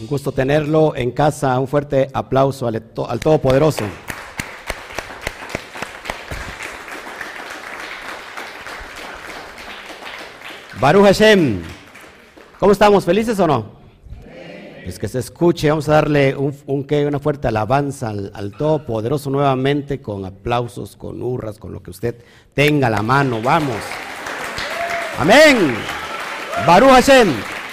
Un gusto tenerlo en casa. Un fuerte aplauso al Todopoderoso. Baruch Hashem. ¿Cómo estamos? ¿Felices o no? Es que se escuche. Vamos a darle una fuerte alabanza al Todopoderoso nuevamente, con aplausos, con hurras, con lo que usted tenga a la mano. Vamos. Amén. Baruch Hashem.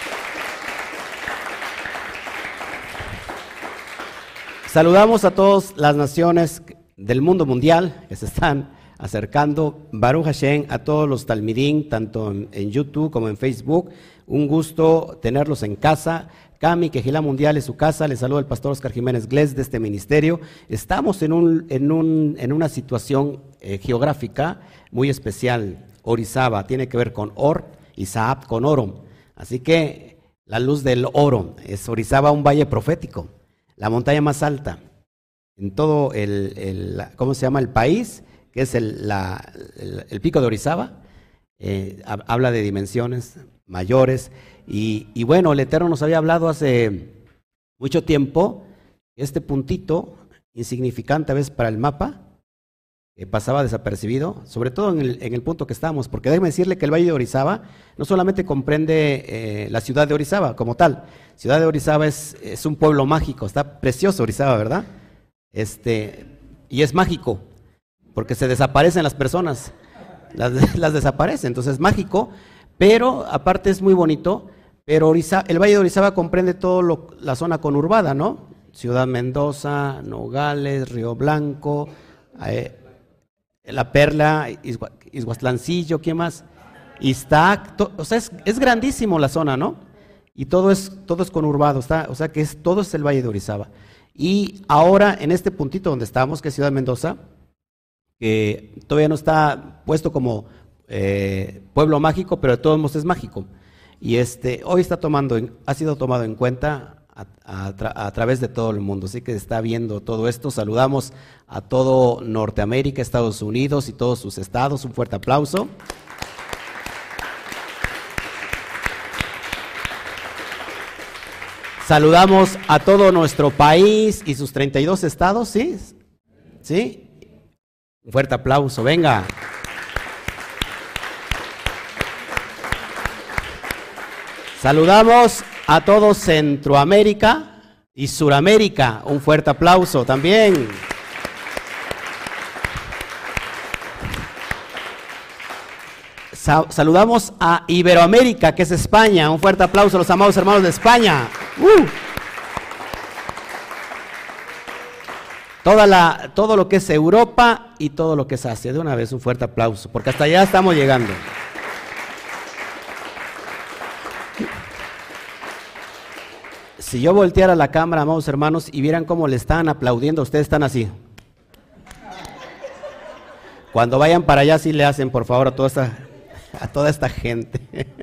Saludamos a todas las naciones del mundo mundial que se están acercando. Baruch Hashem, a todos los talmidín, tanto en YouTube como en Facebook. Un gusto tenerlos en casa. Cami, Quejilá Mundial es su casa. Les saluda el pastor Oscar Jiménez Glés de este ministerio. Estamos en una situación geográfica muy especial. Orizaba tiene que ver con Or y Saab con oro. Así que la luz del oro es Orizaba, un valle profético. La montaña más alta en todo ¿cómo se llama? El país, que es el pico de Orizaba. Habla de dimensiones mayores y bueno, el Eterno nos había hablado hace mucho tiempo, este puntito insignificante a veces para el mapa, que pasaba desapercibido, sobre todo en el punto que estamos, porque déjeme decirle que el Valle de Orizaba no solamente comprende la ciudad de Orizaba como tal. Ciudad de Orizaba es un pueblo mágico, está precioso Orizaba, ¿verdad? Y es mágico, porque se desaparecen las personas, las desaparecen, entonces es mágico, pero aparte es muy bonito. Pero el Valle de Orizaba comprende toda la zona conurbada, ¿no? Ciudad Mendoza, Nogales, Río Blanco, La Perla, Izhuastlancillo, ¿qué más? Iztac, o sea, es grandísimo la zona, ¿no? Y todo es conurbado, o sea que todo es el Valle de Orizaba. Y ahora en este puntito donde estamos, que es Ciudad Mendoza, que todavía no está puesto como pueblo mágico, pero de todos modos es mágico. Y hoy ha sido tomado en cuenta a través de todo el mundo, así que está viendo todo esto. Saludamos a todo Norteamérica, Estados Unidos y todos sus estados. Un fuerte aplauso. Saludamos a todo nuestro país y sus 32 estados, ¿sí? ¿Sí? Un fuerte aplauso, venga. Saludamos a todo Centroamérica y Suramérica. Un fuerte aplauso también. Saludamos a Iberoamérica, que es España. Un fuerte aplauso a los amados hermanos de España. Todo lo que es Europa y todo lo que es Asia. De una vez un fuerte aplauso, porque hasta allá estamos llegando. Si yo volteara la cámara, amados hermanos, y vieran cómo le están aplaudiendo, ustedes están así. Cuando vayan para allá, sí le hacen, por favor, a toda esta gente.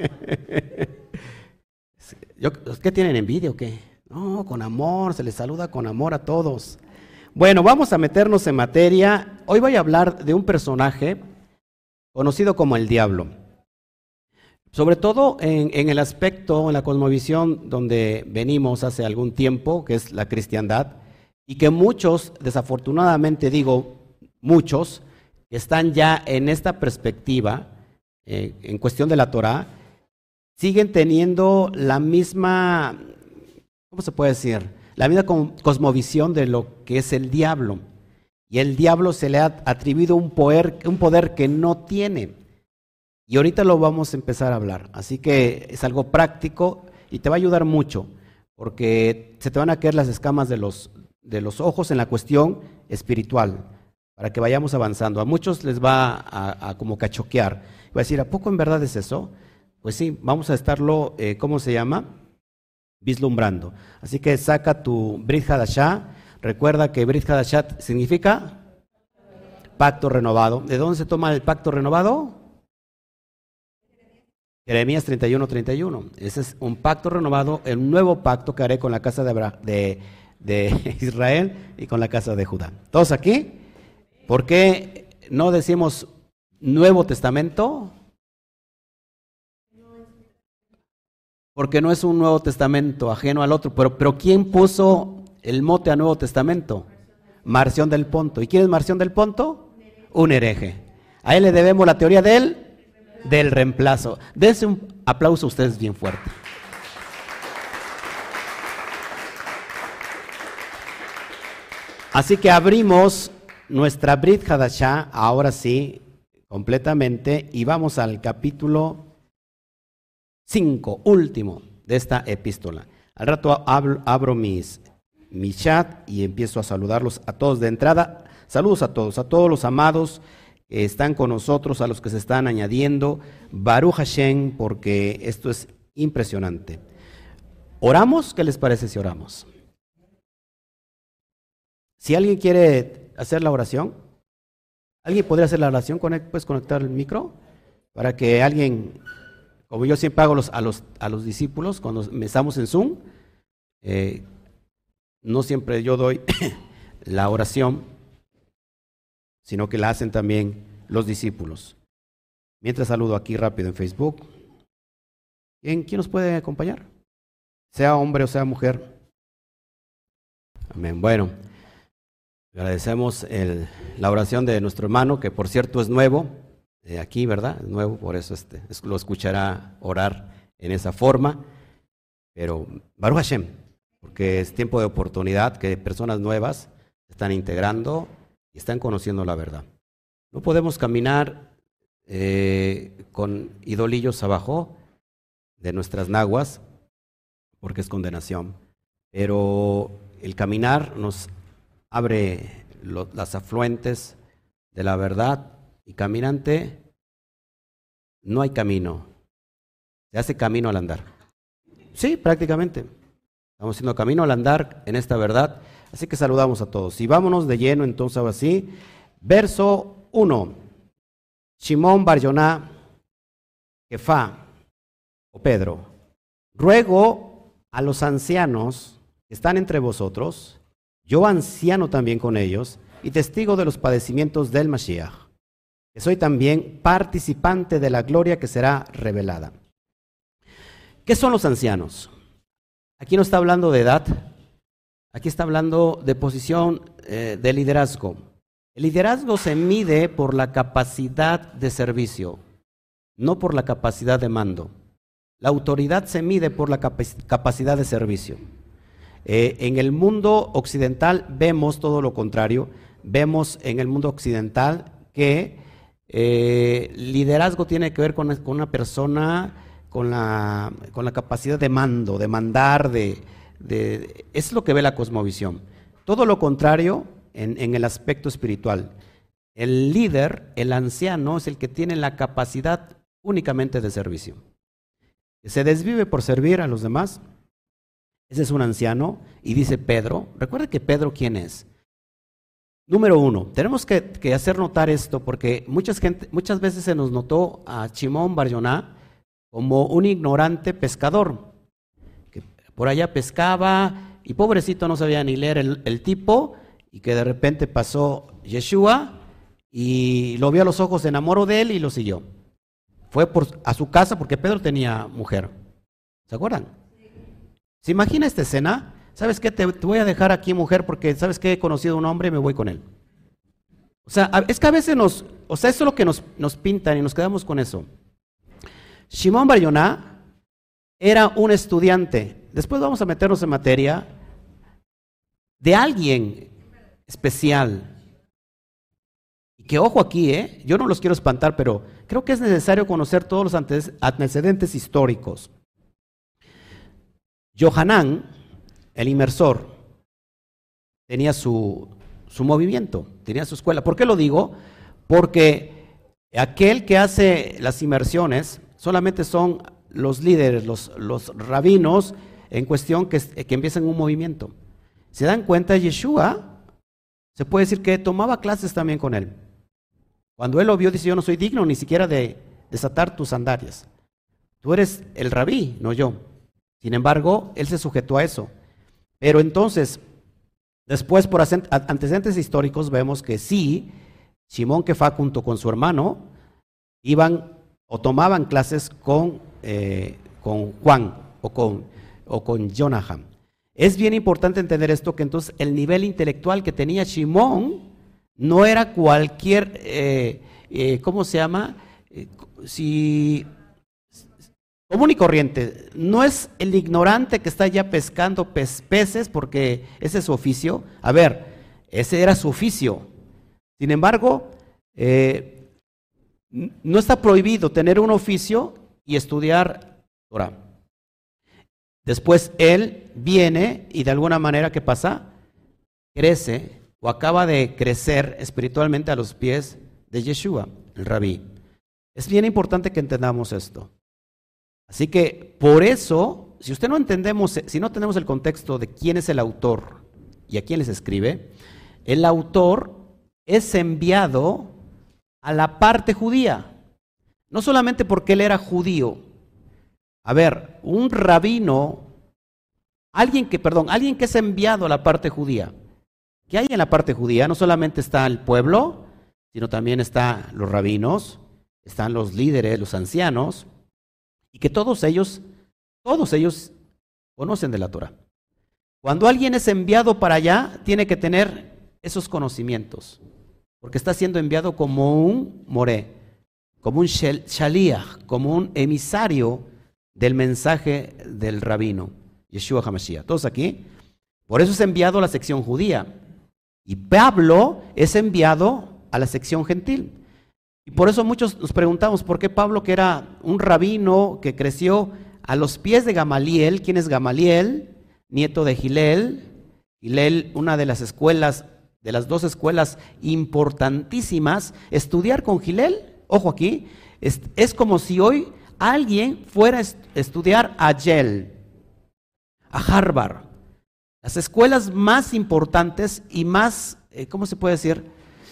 ¿Qué tienen, envidia o qué? No, con amor, se les saluda con amor a todos. Bueno, vamos a meternos en materia. Hoy voy a hablar de un personaje conocido como el diablo. Sobre todo en el aspecto, en la cosmovisión donde venimos hace algún tiempo, que es la cristiandad, y que muchos, desafortunadamente digo, muchos, están ya en esta perspectiva, en cuestión de la Torá, siguen teniendo la misma, ¿cómo se puede decir? La misma cosmovisión de lo que es el diablo. Y el diablo se le ha atribuido un poder que no tiene. Y ahorita lo vamos a empezar a hablar, así que es algo práctico y te va a ayudar mucho, porque se te van a caer las escamas de los ojos en la cuestión espiritual, para que vayamos avanzando. A muchos les va a como cachoquear, va a decir, ¿a poco en verdad es eso? Pues sí, vamos a estarlo, ¿cómo se llama? Vislumbrando. Así que saca tu Brit Hadashah, recuerda que Brit Hadashah significa pacto renovado. ¿De dónde se toma el pacto renovado? Jeremías 31:31. Ese es un pacto renovado, el nuevo pacto que haré con la casa de Israel y con la casa de Judá. ¿Todos aquí? ¿Por qué no decimos Nuevo Testamento? porque no es un Nuevo Testamento ajeno al otro. Pero ¿quién puso el mote a Nuevo Testamento? Marción del Ponto. ¿Y quién es Marción del Ponto? Un hereje. A él le debemos la teoría del reemplazo. Dense un aplauso a ustedes bien fuerte. Así que abrimos nuestra Brit Hadashah, ahora sí, completamente, y vamos al capítulo 5, último de esta epístola. Al rato abro mi chat y empiezo a saludarlos a todos de entrada. Saludos a todos los amados que están con nosotros, a los que se están añadiendo. Baruch Hashem, porque esto es impresionante. ¿Oramos? ¿Qué les parece si oramos? Si alguien quiere hacer la oración, ¿alguien podría hacer la oración? ¿Puedes conectar el micro? Para que alguien, como yo siempre hago a los discípulos cuando estamos en Zoom, no siempre yo doy la oración, sino que la hacen también los discípulos. Mientras saludo aquí rápido en Facebook. ¿Quién nos puede acompañar? Sea hombre o sea mujer. Amén. Bueno. Agradecemos la oración de nuestro hermano, que por cierto es nuevo, aquí, ¿verdad? Es nuevo, por eso lo escuchará orar en esa forma. Pero Baruch Hashem, porque es tiempo de oportunidad que personas nuevas se están integrando y están conociendo la verdad. No podemos caminar con idolillos abajo de nuestras naguas, porque es condenación. Pero el caminar nos abre las afluentes de la verdad, y caminante no hay camino, se hace camino al andar. Sí, prácticamente. Estamos haciendo camino al andar en esta verdad, así que saludamos a todos. Y vámonos de lleno entonces ahora sí. Verso 1. Shimón bar Yoná, Kefá, o Pedro, ruego a los ancianos que están entre vosotros, yo anciano también con ellos, y testigo de los padecimientos del Mashiach, que soy también participante de la gloria que será revelada. ¿Qué son los ancianos? Aquí no está hablando de edad, aquí está hablando de posición de liderazgo. El liderazgo se mide por la capacidad de servicio, no por la capacidad de mando. La autoridad se mide por la capacidad de servicio. En el mundo occidental vemos todo lo contrario. Vemos en el mundo occidental que liderazgo tiene que ver con una persona con la capacidad de mando, de mandar, es lo que ve la cosmovisión. Todo lo contrario en el aspecto espiritual. El líder, el anciano, es el que tiene la capacidad únicamente de servicio. Se desvive por servir a los demás. Ese es un anciano, y dice Pedro, recuerda que Pedro, ¿quién es? Número 1, tenemos que hacer notar esto, porque muchas veces se nos notó a Shimón bar Yoná como un ignorante pescador, que por allá pescaba, y pobrecito no sabía ni leer el tipo, y que de repente pasó Yeshua, y lo vio a los ojos, se enamoró de él y lo siguió. Fue a su casa porque Pedro tenía mujer. ¿Se acuerdan? ¿Se imagina esta escena? ¿Sabes qué? Te voy a dejar aquí, mujer, porque ¿sabes qué? He conocido a un hombre y me voy con él. O sea, es que a veces eso es lo que nos pintan y nos quedamos con eso. Shimón bar Yoná era un estudiante. Después vamos a meternos en materia de alguien especial. Y que ojo aquí, yo no los quiero espantar, pero creo que es necesario conocer todos los antecedentes históricos. Yohanan, el inmersor, tenía su movimiento, tenía su escuela. ¿Por qué lo digo? Porque aquel que hace las inmersiones solamente son los líderes, los rabinos en cuestión que empiezan un movimiento. ¿Se dan cuenta? Yeshua, se puede decir que tomaba clases también con él. Cuando él lo vio, dice, yo no soy digno ni siquiera de desatar tus sandalias. Tú eres el rabí, no yo. Sin embargo, él se sujetó a eso. Pero entonces, después por antecedentes históricos vemos que sí, Shimón Kefá junto con su hermano iban o tomaban clases con Juan, o con Jonathan. Es bien importante entender esto, que entonces el nivel intelectual que tenía Shimón no era cualquier, ¿cómo se llama? Común y corriente. No es el ignorante que está ya pescando peces porque ese es su oficio. A ver, ese era su oficio. Sin embargo, no está prohibido tener un oficio y estudiar Torah. Después él viene y de alguna manera, ¿qué pasa? Crece o acaba de crecer espiritualmente a los pies de Yeshua, el rabí. Es bien importante que entendamos esto. Así que por eso, si no tenemos el contexto de quién es el autor y a quién les escribe, el autor es enviado a la parte judía, no solamente porque él era judío. A ver, un rabino, alguien que es enviado a la parte judía. ¿Qué hay en la parte judía? No solamente está el pueblo, sino también están los rabinos, están los líderes, los ancianos, y que todos ellos conocen de la Torah. Cuando alguien es enviado para allá, tiene que tener esos conocimientos, porque está siendo enviado como un moré, como un shaliach, como un emisario del mensaje del rabino, Yeshua HaMashiach. Todos aquí. Por eso es enviado a la sección judía. Y Pablo es enviado a la sección gentil. Y por eso muchos nos preguntamos, ¿por qué Pablo, que era un rabino que creció a los pies de Gamaliel? ¿Quién es Gamaliel? Nieto de Hillel. Hillel, una de las escuelas, de las dos escuelas importantísimas. Estudiar con Hillel, ojo aquí, es como si hoy alguien fuera a estudiar a Yale, a Harvard. Las escuelas más importantes y más, ¿cómo se puede decir?,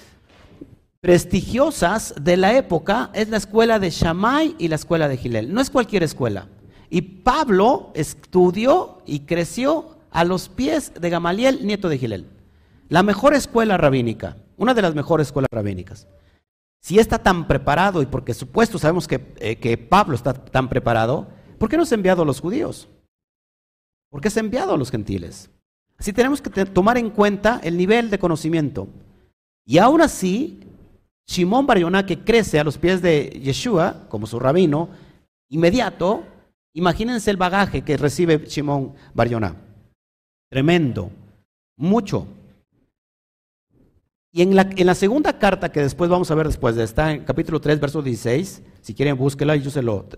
prestigiosas de la época es la escuela de Shammai y la escuela de Hillel. No es cualquier escuela. Y Pablo estudió y creció a los pies de Gamaliel, nieto de Hillel. La mejor escuela rabínica, una de las mejores escuelas rabínicas. Si está tan preparado, y porque supuesto sabemos que Pablo está tan preparado, ¿por qué no es enviado a los judíos? ¿Por qué es enviado a los gentiles? Así tenemos que tomar en cuenta el nivel de conocimiento. Y aún así, Shimón Bar Yoná, que crece a los pies de Yeshua, como su rabino, inmediato, imagínense el bagaje que recibe Shimón Bar Yoná. Tremendo, mucho. Y en la segunda carta, que después vamos a ver después de esta, en capítulo 3, verso 16, si quieren búsquela, y yo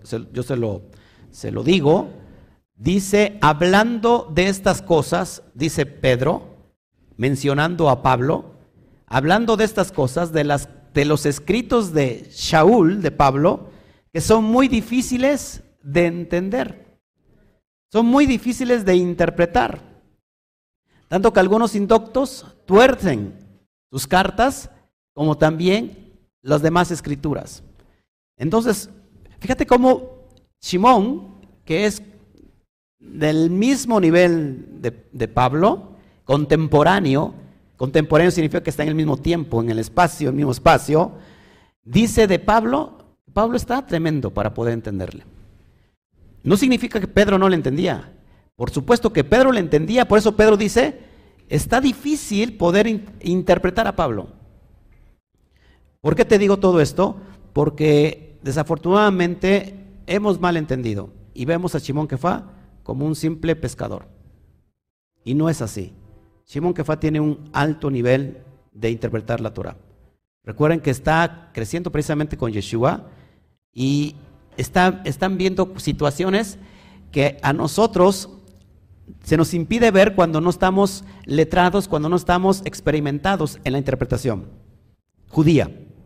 se lo digo, dice, hablando de estas cosas, dice Pedro, mencionando a Pablo, hablando de estas cosas, de los escritos de Shaul, de Pablo, que son muy difíciles de entender, son muy difíciles de interpretar, tanto que algunos indoctos tuercen sus cartas, como también las demás escrituras. Entonces, fíjate cómo Shimón, que es del mismo nivel de Pablo, contemporáneo significa que está en el mismo tiempo, en el espacio, el mismo espacio, dice de Pablo está tremendo para poder entenderle. No significa que Pedro no le entendía. Por supuesto que Pedro le entendía, por eso Pedro dice, está difícil poder interpretar a Pablo. ¿Por qué te digo todo esto? Porque desafortunadamente hemos mal entendido y vemos a Shimón Kefá como un simple pescador. Y no es así. Shimón Kefá tiene un alto nivel de interpretar la Torah. Recuerden que está creciendo precisamente con Yeshua y están viendo situaciones que a nosotros se nos impide ver cuando no estamos letrados, cuando no estamos experimentados en la interpretación judía.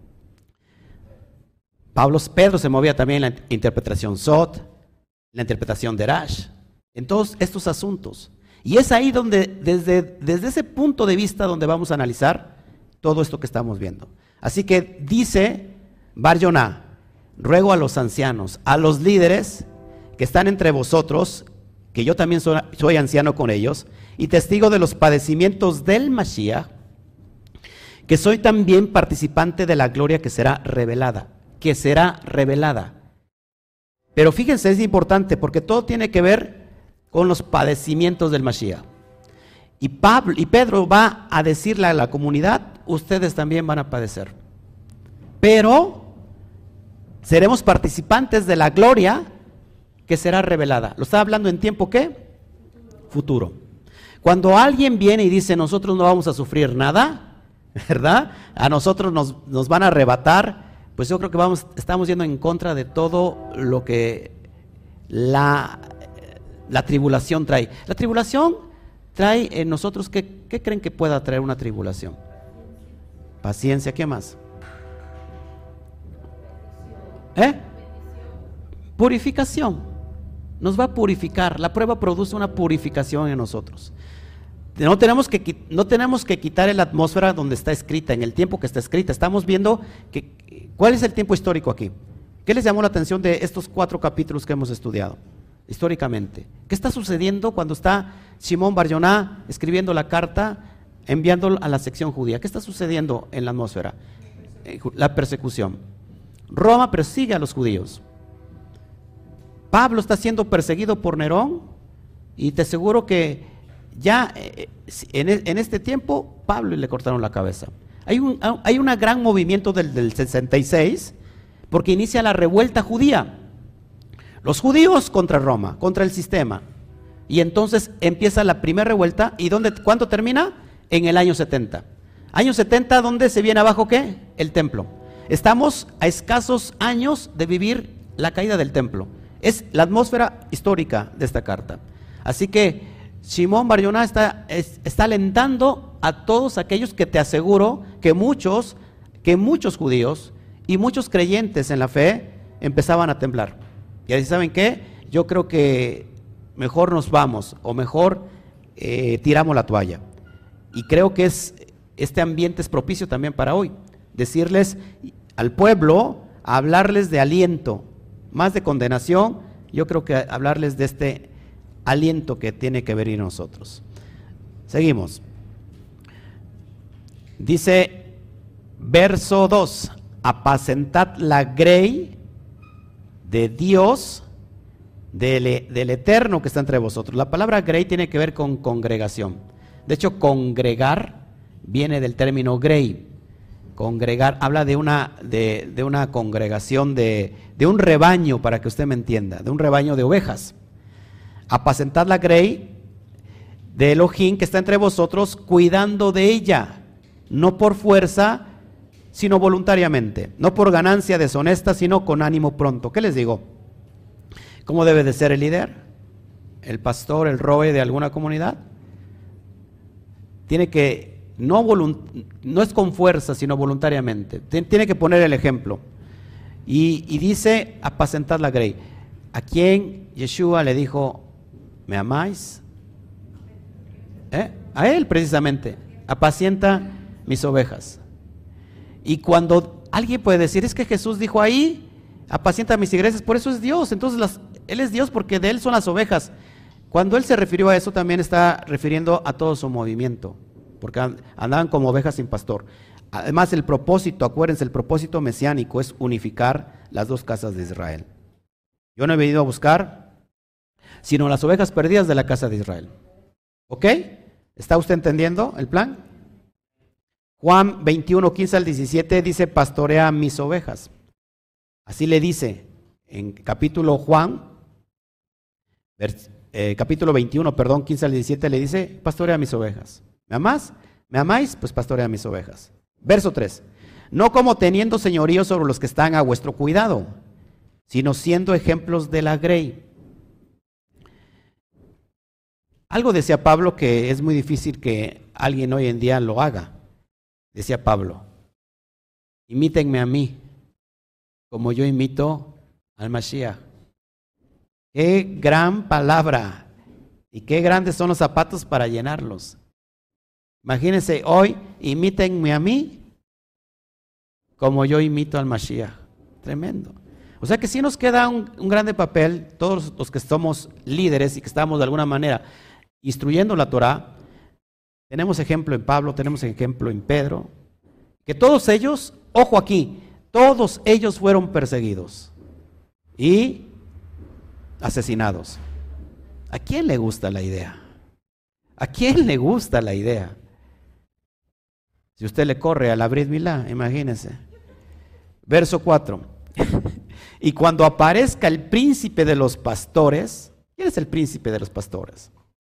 Pedro se movía también en la interpretación Sot, la interpretación de Rash, en todos estos asuntos. Y es ahí donde, desde ese punto de vista, donde vamos a analizar todo esto que estamos viendo. Así que dice Bar Yoná, ruego a los ancianos, a los líderes que están entre vosotros, que yo también soy anciano con ellos, y testigo de los padecimientos del Mashiach, que soy también participante de la gloria que será revelada. Pero fíjense, es importante porque todo tiene que ver con los padecimientos del Mashiach. Y Pedro va a decirle a la comunidad, ustedes también van a padecer. Pero seremos participantes de la gloria que será revelada. ¿Lo está hablando en tiempo qué? Futuro. Cuando alguien viene y dice, nosotros no vamos a sufrir nada, ¿verdad? A nosotros nos van a arrebatar, pues yo creo que estamos yendo en contra de todo lo que la tribulación trae. La tribulación trae en nosotros, ¿qué creen que pueda traer una tribulación? Paciencia, ¿qué más? Purificación. Nos va a purificar. La prueba produce una purificación en nosotros. No tenemos que quitar la atmósfera donde está escrita, en el tiempo que está escrita. Estamos viendo cuál es el tiempo histórico aquí. ¿Qué les llamó la atención de estos 4 capítulos que hemos estudiado históricamente? ¿Qué está sucediendo cuando está Shimon Bar Yoná escribiendo la carta, enviándola a la sección judía? ¿Qué está sucediendo en la atmósfera? La persecución. Roma persigue a los judíos. Pablo está siendo perseguido por Nerón y te aseguro que ya en este tiempo Pablo le cortaron la cabeza. Hay un gran movimiento del 66 porque inicia la revuelta judía. Los judíos contra Roma, contra el sistema. Y entonces empieza la primera revuelta. ¿Y cuándo termina? En el año 70. Año 70, ¿dónde se viene abajo qué? El templo. Estamos a escasos años de vivir la caída del templo. Es la atmósfera histórica de esta carta. Así que Shimon Bar Yoná está alentando a todos aquellos que te aseguro que muchos judíos y muchos creyentes en la fe empezaban a temblar. Y así, ¿saben qué? Yo creo que mejor nos vamos o mejor tiramos la toalla. Y creo que este ambiente es propicio también para hoy. Decirles al pueblo, hablarles de aliento, más de condenación, yo creo que hablarles de este aliento que tiene que venir en nosotros. Seguimos. Dice, verso 2, apacentad la grey de Dios, del Eterno que está entre vosotros. La palabra grey tiene que ver con congregación. De hecho, congregar viene del término grey. Congregar habla de una congregación, de un rebaño, para que usted me entienda, de un rebaño de ovejas. Apacentad la grey de Elohim que está entre vosotros, cuidando de ella, no por fuerza, sino voluntariamente, no por ganancia deshonesta, sino con ánimo pronto. ¿Qué les digo? ¿Cómo debe de ser el líder? ¿El pastor, el roe de alguna comunidad? Tiene que, no es con fuerza, sino voluntariamente. Tiene que poner el ejemplo. Y dice, apacentad la grey. ¿A quién Yeshua le dijo, me amáis? A él precisamente, apacienta mis ovejas. Y cuando alguien puede decir, es que Jesús dijo ahí, apacienta mis iglesias, por eso es Dios. Entonces Él es Dios porque de Él son las ovejas. Cuando Él se refirió a eso, también está refiriendo a todo su movimiento, porque andaban como ovejas sin pastor. Además, el propósito, acuérdense, el propósito mesiánico es unificar las dos casas de Israel. Yo no he venido a buscar sino las ovejas perdidas de la casa de Israel. ¿Ok? ¿Está usted entendiendo el plan? Juan 21, 15 al 17 dice, pastorea mis ovejas. Así le dice en capítulo 21, 15 al 17 le dice, pastorea mis ovejas. ¿Me amás? ¿Me amáis? Pues pastorea mis ovejas. Verso 3. No como teniendo señorío sobre los que están a vuestro cuidado, sino siendo ejemplos de la grey. Algo decía Pablo que es muy difícil que alguien hoy en día lo haga. Decía Pablo, imítenme a mí, como yo imito al Mashiach. Qué gran palabra y qué grandes son los zapatos para llenarlos. Imagínense hoy, imítenme a mí, como yo imito al Mashiach. Tremendo. O sea que sí nos queda un grande papel, todos los que somos líderes y que estamos de alguna manera instruyendo la Torah. Tenemos ejemplo en Pablo, tenemos ejemplo en Pedro, que todos ellos, ojo aquí, todos ellos fueron perseguidos y asesinados. ¿A quién le gusta la idea? ¿A quién le gusta la idea? Si usted le corre a la Brit Milá, imagínese. Verso 4. Y cuando aparezca el príncipe de los pastores, ¿quién es el príncipe de los pastores?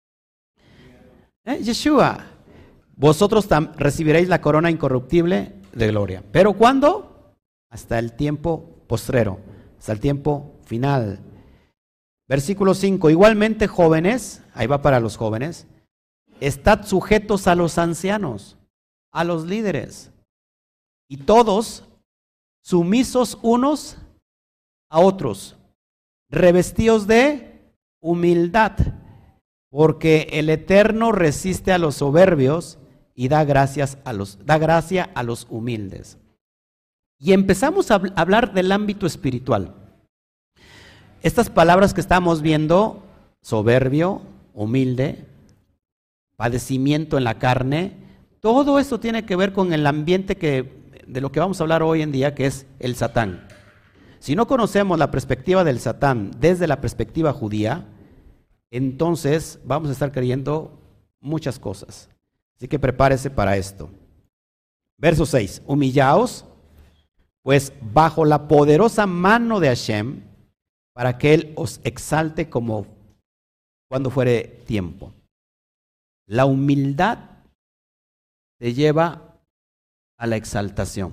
Yeshua. Vosotros recibiréis la corona incorruptible de gloria. ¿Pero cuándo? Hasta el tiempo postrero, hasta el tiempo final. Versículo 5. Igualmente, jóvenes, ahí va para los jóvenes, estad sujetos a los ancianos, a los líderes, y todos sumisos unos a otros, revestidos de humildad, porque el Eterno resiste a los soberbios y da gracia a los humildes. Y empezamos a hablar del ámbito espiritual. Estas palabras que estamos viendo, soberbio, humilde, padecimiento en la carne, todo esto tiene que ver con el ambiente de lo que vamos a hablar hoy en día, que es el Satán. Si no conocemos la perspectiva del Satán desde la perspectiva judía, entonces vamos a estar creyendo muchas cosas. Así que prepárese para esto. Verso 6. Humillaos, pues bajo la poderosa mano de Hashem, para que Él os exalte como cuando fuere tiempo. La humildad te lleva a la exaltación.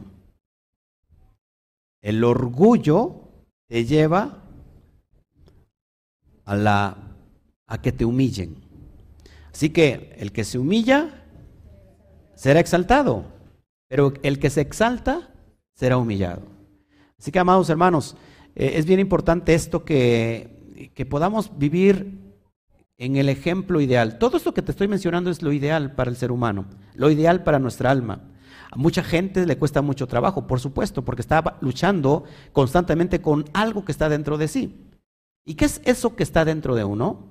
El orgullo te lleva a que te humillen. Así que el que se humilla será exaltado, pero el que se exalta será humillado. Así que, amados hermanos, es bien importante esto que podamos vivir en el ejemplo ideal. Todo esto que te estoy mencionando es lo ideal para el ser humano, lo ideal para nuestra alma. A mucha gente le cuesta mucho trabajo, por supuesto, porque está luchando constantemente con algo que está dentro de sí. ¿Y qué es eso que está dentro de uno?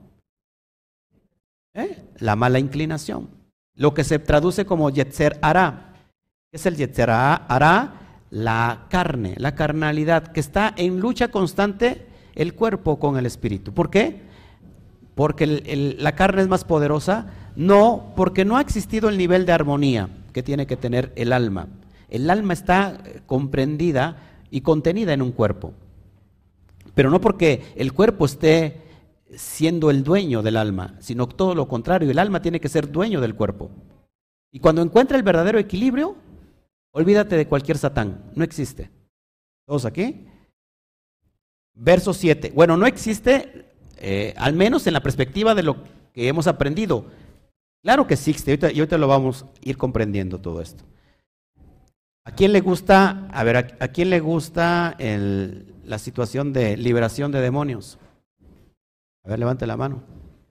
La mala inclinación. Lo que se traduce como Yetzer Hará. ¿Qué es el Yetzer Hará? La carne, la carnalidad, que está en lucha constante el cuerpo con el espíritu. ¿Por qué? Porque la carne es más poderosa. No, porque no ha existido el nivel de armonía que tiene que tener el alma. El alma está comprendida y contenida en un cuerpo. Pero no porque el cuerpo esté siendo el dueño del alma, sino todo lo contrario, el alma tiene que ser dueño del cuerpo. Y cuando encuentra el verdadero equilibrio, olvídate de cualquier satán, no existe. ¿Todos aquí? Verso 7. Bueno, no existe, al menos en la perspectiva de lo que hemos aprendido. Claro que existe, y ahorita lo vamos a ir comprendiendo todo esto. ¿A quién le gusta, a quién le gusta la situación de liberación de demonios? A ver, levante la mano.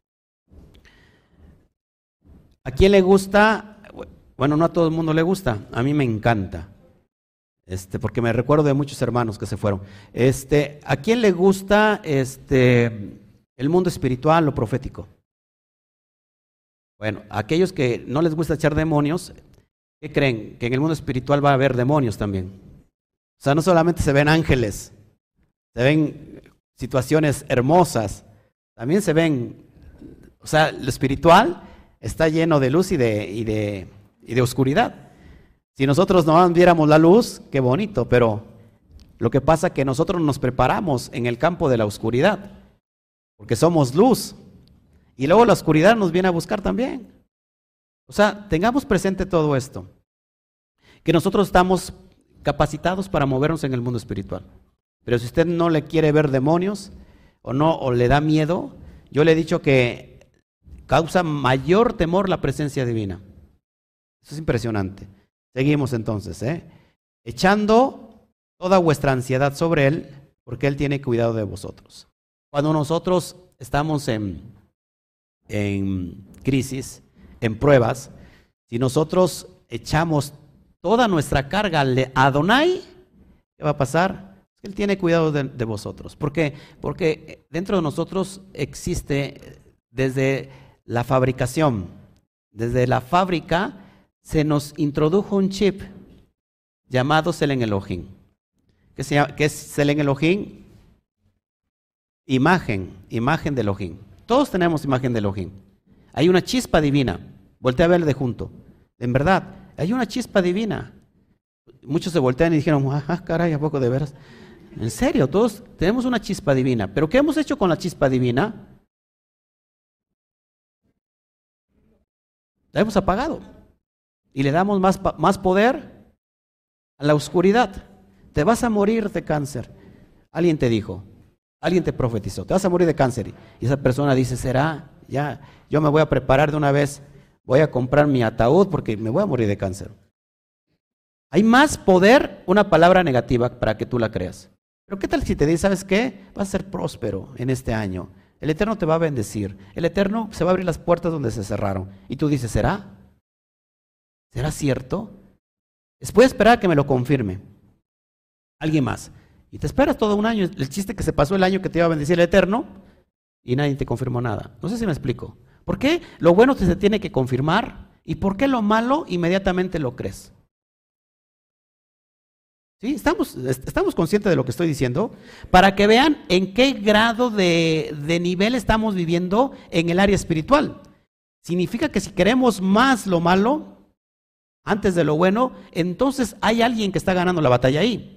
¿A quién le gusta? Bueno, no a todo el mundo le gusta, a mí me encanta, porque me recuerdo de muchos hermanos que se fueron. ¿A quién le gusta el mundo espiritual, lo profético? Bueno, a aquellos que no les gusta echar demonios, ¿qué creen? Que en el mundo espiritual va a haber demonios también. O sea, no solamente se ven ángeles, se ven situaciones hermosas, también se ven, o sea, lo espiritual está lleno de luz y de oscuridad. Si nosotros no viéramos la luz, qué bonito, pero lo que pasa es que nosotros nos preparamos en el campo de la oscuridad, porque somos luz, y luego la oscuridad nos viene a buscar también. O sea, tengamos presente todo esto, que nosotros estamos capacitados para movernos en el mundo espiritual. Pero si usted no le quiere ver demonios, o le da miedo, yo le he dicho que causa mayor temor la presencia divina. Eso es impresionante. Seguimos entonces, echando toda vuestra ansiedad sobre Él, porque Él tiene cuidado de vosotros. Cuando nosotros estamos en crisis, en pruebas, si nosotros echamos toda nuestra carga a Adonai, ¿qué va a pasar? Él tiene cuidado de vosotros. ¿Por qué? Porque dentro de nosotros existe desde la fabricación, desde la fábrica, se nos introdujo un chip llamado Selen Elohim. ¿Qué es Selen Elohim? Imagen de Elohim. Todos tenemos imagen de Elohim. Hay una chispa divina. Voltea a verle de junto. En verdad, hay una chispa divina. Muchos se voltean y dijeron, caray, ¿a poco de veras? En serio, todos tenemos una chispa divina. ¿Pero qué hemos hecho con la chispa divina? La hemos apagado. Y le damos más poder a la oscuridad. Te vas a morir de cáncer. Alguien te dijo, alguien te profetizó, te vas a morir de cáncer. Y esa persona dice, ¿será? Ya, yo me voy a preparar de una vez, voy a comprar mi ataúd porque me voy a morir de cáncer. Hay más poder una palabra negativa para que tú la creas. Pero ¿qué tal si te dice, ¿sabes qué? Vas a ser próspero en este año. El Eterno te va a bendecir. El Eterno se va a abrir las puertas donde se cerraron. Y tú dices, ¿será? ¿Será cierto? Voy a esperar a que me lo confirme alguien más. Y te esperas todo un año. El chiste que se pasó el año que te iba a bendecir el Eterno y nadie te confirmó nada. No sé si me explico. ¿Por qué lo bueno se tiene que confirmar? ¿Y por qué lo malo inmediatamente lo crees? ¿Sí? ¿Estamos conscientes de lo que estoy diciendo? Para que vean en qué grado de nivel estamos viviendo en el área espiritual. Significa que si queremos más lo malo antes de lo bueno, entonces hay alguien que está ganando la batalla ahí.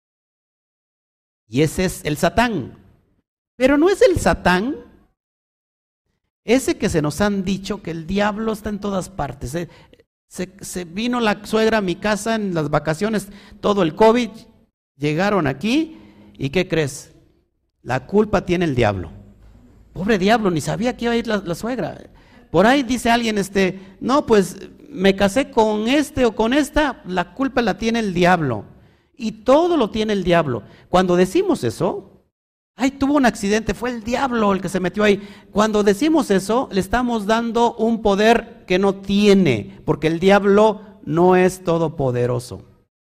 Y ese es el Satán. Pero no es el Satán ese que se nos han dicho que el diablo está en todas partes. Se vino la suegra a mi casa en las vacaciones, todo el COVID, llegaron aquí y ¿qué crees? La culpa tiene el diablo. Pobre diablo, ni sabía que iba a ir la suegra. Por ahí dice alguien, no, pues me casé con este o con esta, la culpa la tiene el diablo. Y todo lo tiene el diablo. Cuando decimos eso, ay, tuvo un accidente, fue el diablo el que se metió ahí. Cuando decimos eso, le estamos dando un poder que no tiene, porque el diablo no es todopoderoso.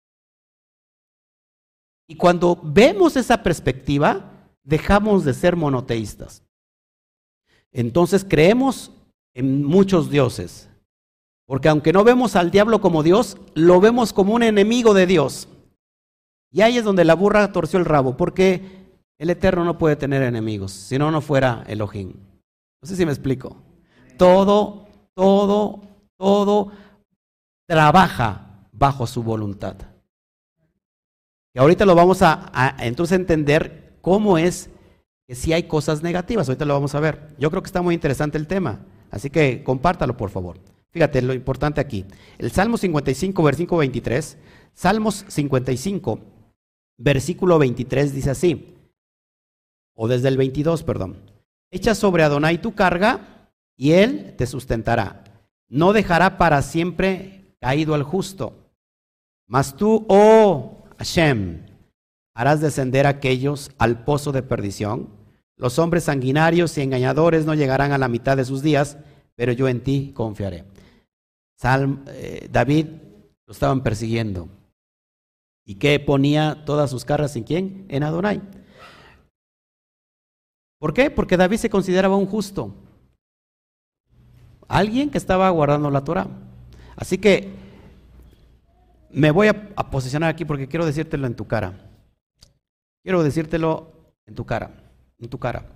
Y cuando vemos esa perspectiva, dejamos de ser monoteístas. Entonces creemos en muchos dioses, porque aunque no vemos al diablo como Dios, lo vemos como un enemigo de Dios. Y ahí es donde la burra torció el rabo, porque el Eterno no puede tener enemigos, si no, no fuera Elohim. No sé si me explico. Todo trabaja bajo su voluntad. Y ahorita lo vamos a entonces entender cómo es que si hay cosas negativas. Ahorita lo vamos a ver. Yo creo que está muy interesante el tema, así que compártalo por favor. Fíjate lo importante aquí. El Salmo 55, versículo 23. Salmos 55, versículo 23 dice así. O desde el 22, perdón. Echa sobre Adonai tu carga y él te sustentará. No dejará para siempre caído al justo. Mas tú, oh Hashem, harás descender a aquellos al pozo de perdición. Los hombres sanguinarios y engañadores no llegarán a la mitad de sus días, pero yo en ti confiaré. David lo estaban persiguiendo. ¿Y qué ponía todas sus cargas en quién? En Adonai. ¿Por qué? Porque David se consideraba un justo. Alguien que estaba guardando la Torah. Así que me voy a posicionar aquí porque quiero decírtelo en tu cara. Quiero decírtelo en tu cara. En tu cara.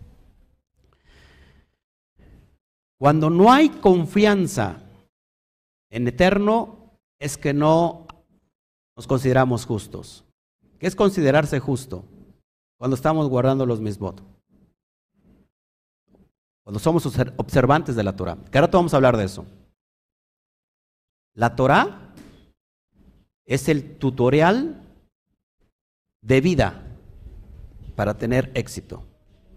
Cuando no hay confianza en Eterno, es que no nos consideramos justos. ¿Qué es considerarse justo? Cuando estamos guardando los misbot. Cuando somos observantes de la Torah. Que ahora vamos a hablar de eso. La Torah es el tutorial de vida para tener éxito.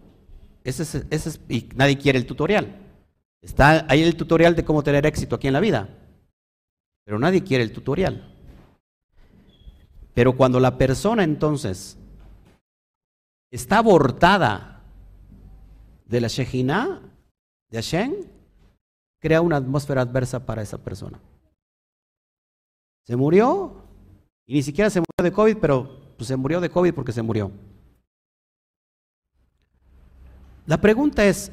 Y nadie quiere el tutorial. Está ahí el tutorial de cómo tener éxito aquí en la vida. Pero nadie quiere el tutorial. Pero cuando la persona entonces está abortada de la Shejinah, de Hashem, crea una atmósfera adversa para esa persona. Se murió, y ni siquiera se murió de COVID, pero pues, se murió de COVID porque se murió. La pregunta es,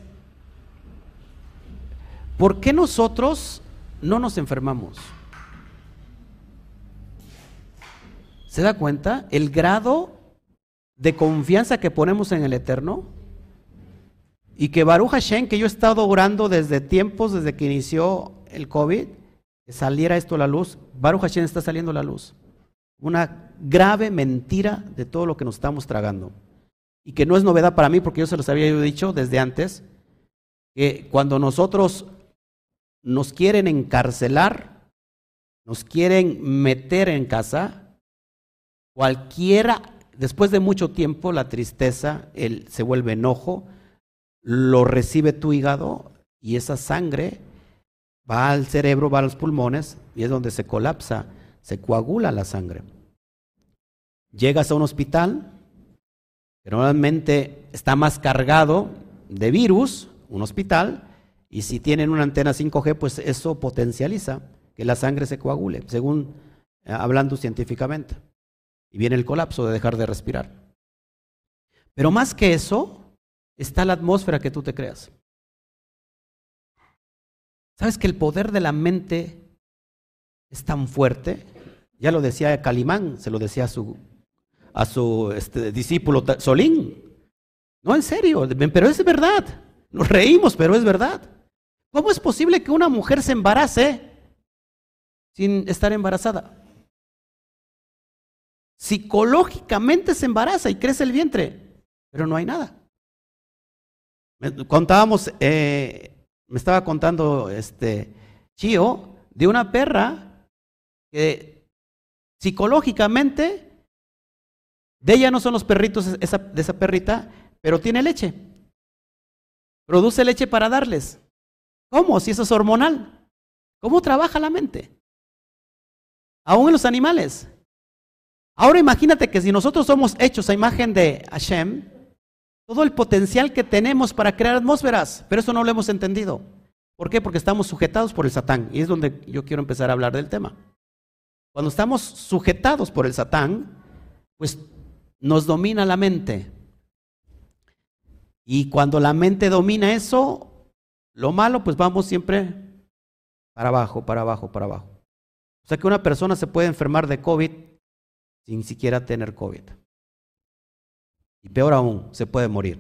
¿por qué nosotros no nos enfermamos? ¿Se da cuenta? El grado de confianza que ponemos en el Eterno Y que Baruch Hashem, que yo he estado orando desde tiempos, desde que inició el COVID, que saliera esto a la luz. Baruch Hashem está saliendo a la luz. Una grave mentira de todo lo que nos estamos tragando. Y que no es novedad para mí, porque yo se los había dicho desde antes, que cuando nosotros nos quieren encarcelar, nos quieren meter en casa, cualquiera, después de mucho tiempo, la tristeza, se vuelve enojo, lo recibe tu hígado y esa sangre va al cerebro, va a los pulmones y es donde se colapsa, se coagula la sangre. Llegas a un hospital que normalmente está más cargado de virus, un hospital, y si tienen una antena 5G, pues eso potencializa que la sangre se coagule, según hablando científicamente. Y viene el colapso de dejar de respirar. Pero más que eso, está la atmósfera que tú te creas. ¿Sabes que el poder de la mente es tan fuerte? Ya lo decía Calimán, se lo decía a su discípulo Solín. No, en serio, pero es verdad. Nos reímos, pero es verdad. ¿Cómo es posible que una mujer se embarace sin estar embarazada? Psicológicamente se embaraza y crece el vientre, pero no hay nada. Contábamos, me estaba contando Chío de una perra que psicológicamente de ella no son los perritos de esa perrita, pero tiene leche. Produce leche para darles. ¿Cómo? Si eso es hormonal. ¿Cómo trabaja la mente? Aún en los animales. Ahora imagínate que si nosotros somos hechos a imagen de Hashem, todo el potencial que tenemos para crear atmósferas, pero eso no lo hemos entendido. ¿Por qué? Porque estamos sujetados por el Satán, y es donde yo quiero empezar a hablar del tema. Cuando estamos sujetados por el Satán, pues nos domina la mente. Y cuando la mente domina eso, lo malo, pues vamos siempre para abajo, para abajo, para abajo. O sea que una persona se puede enfermar de COVID sin siquiera tener COVID. Y peor aún, se puede morir.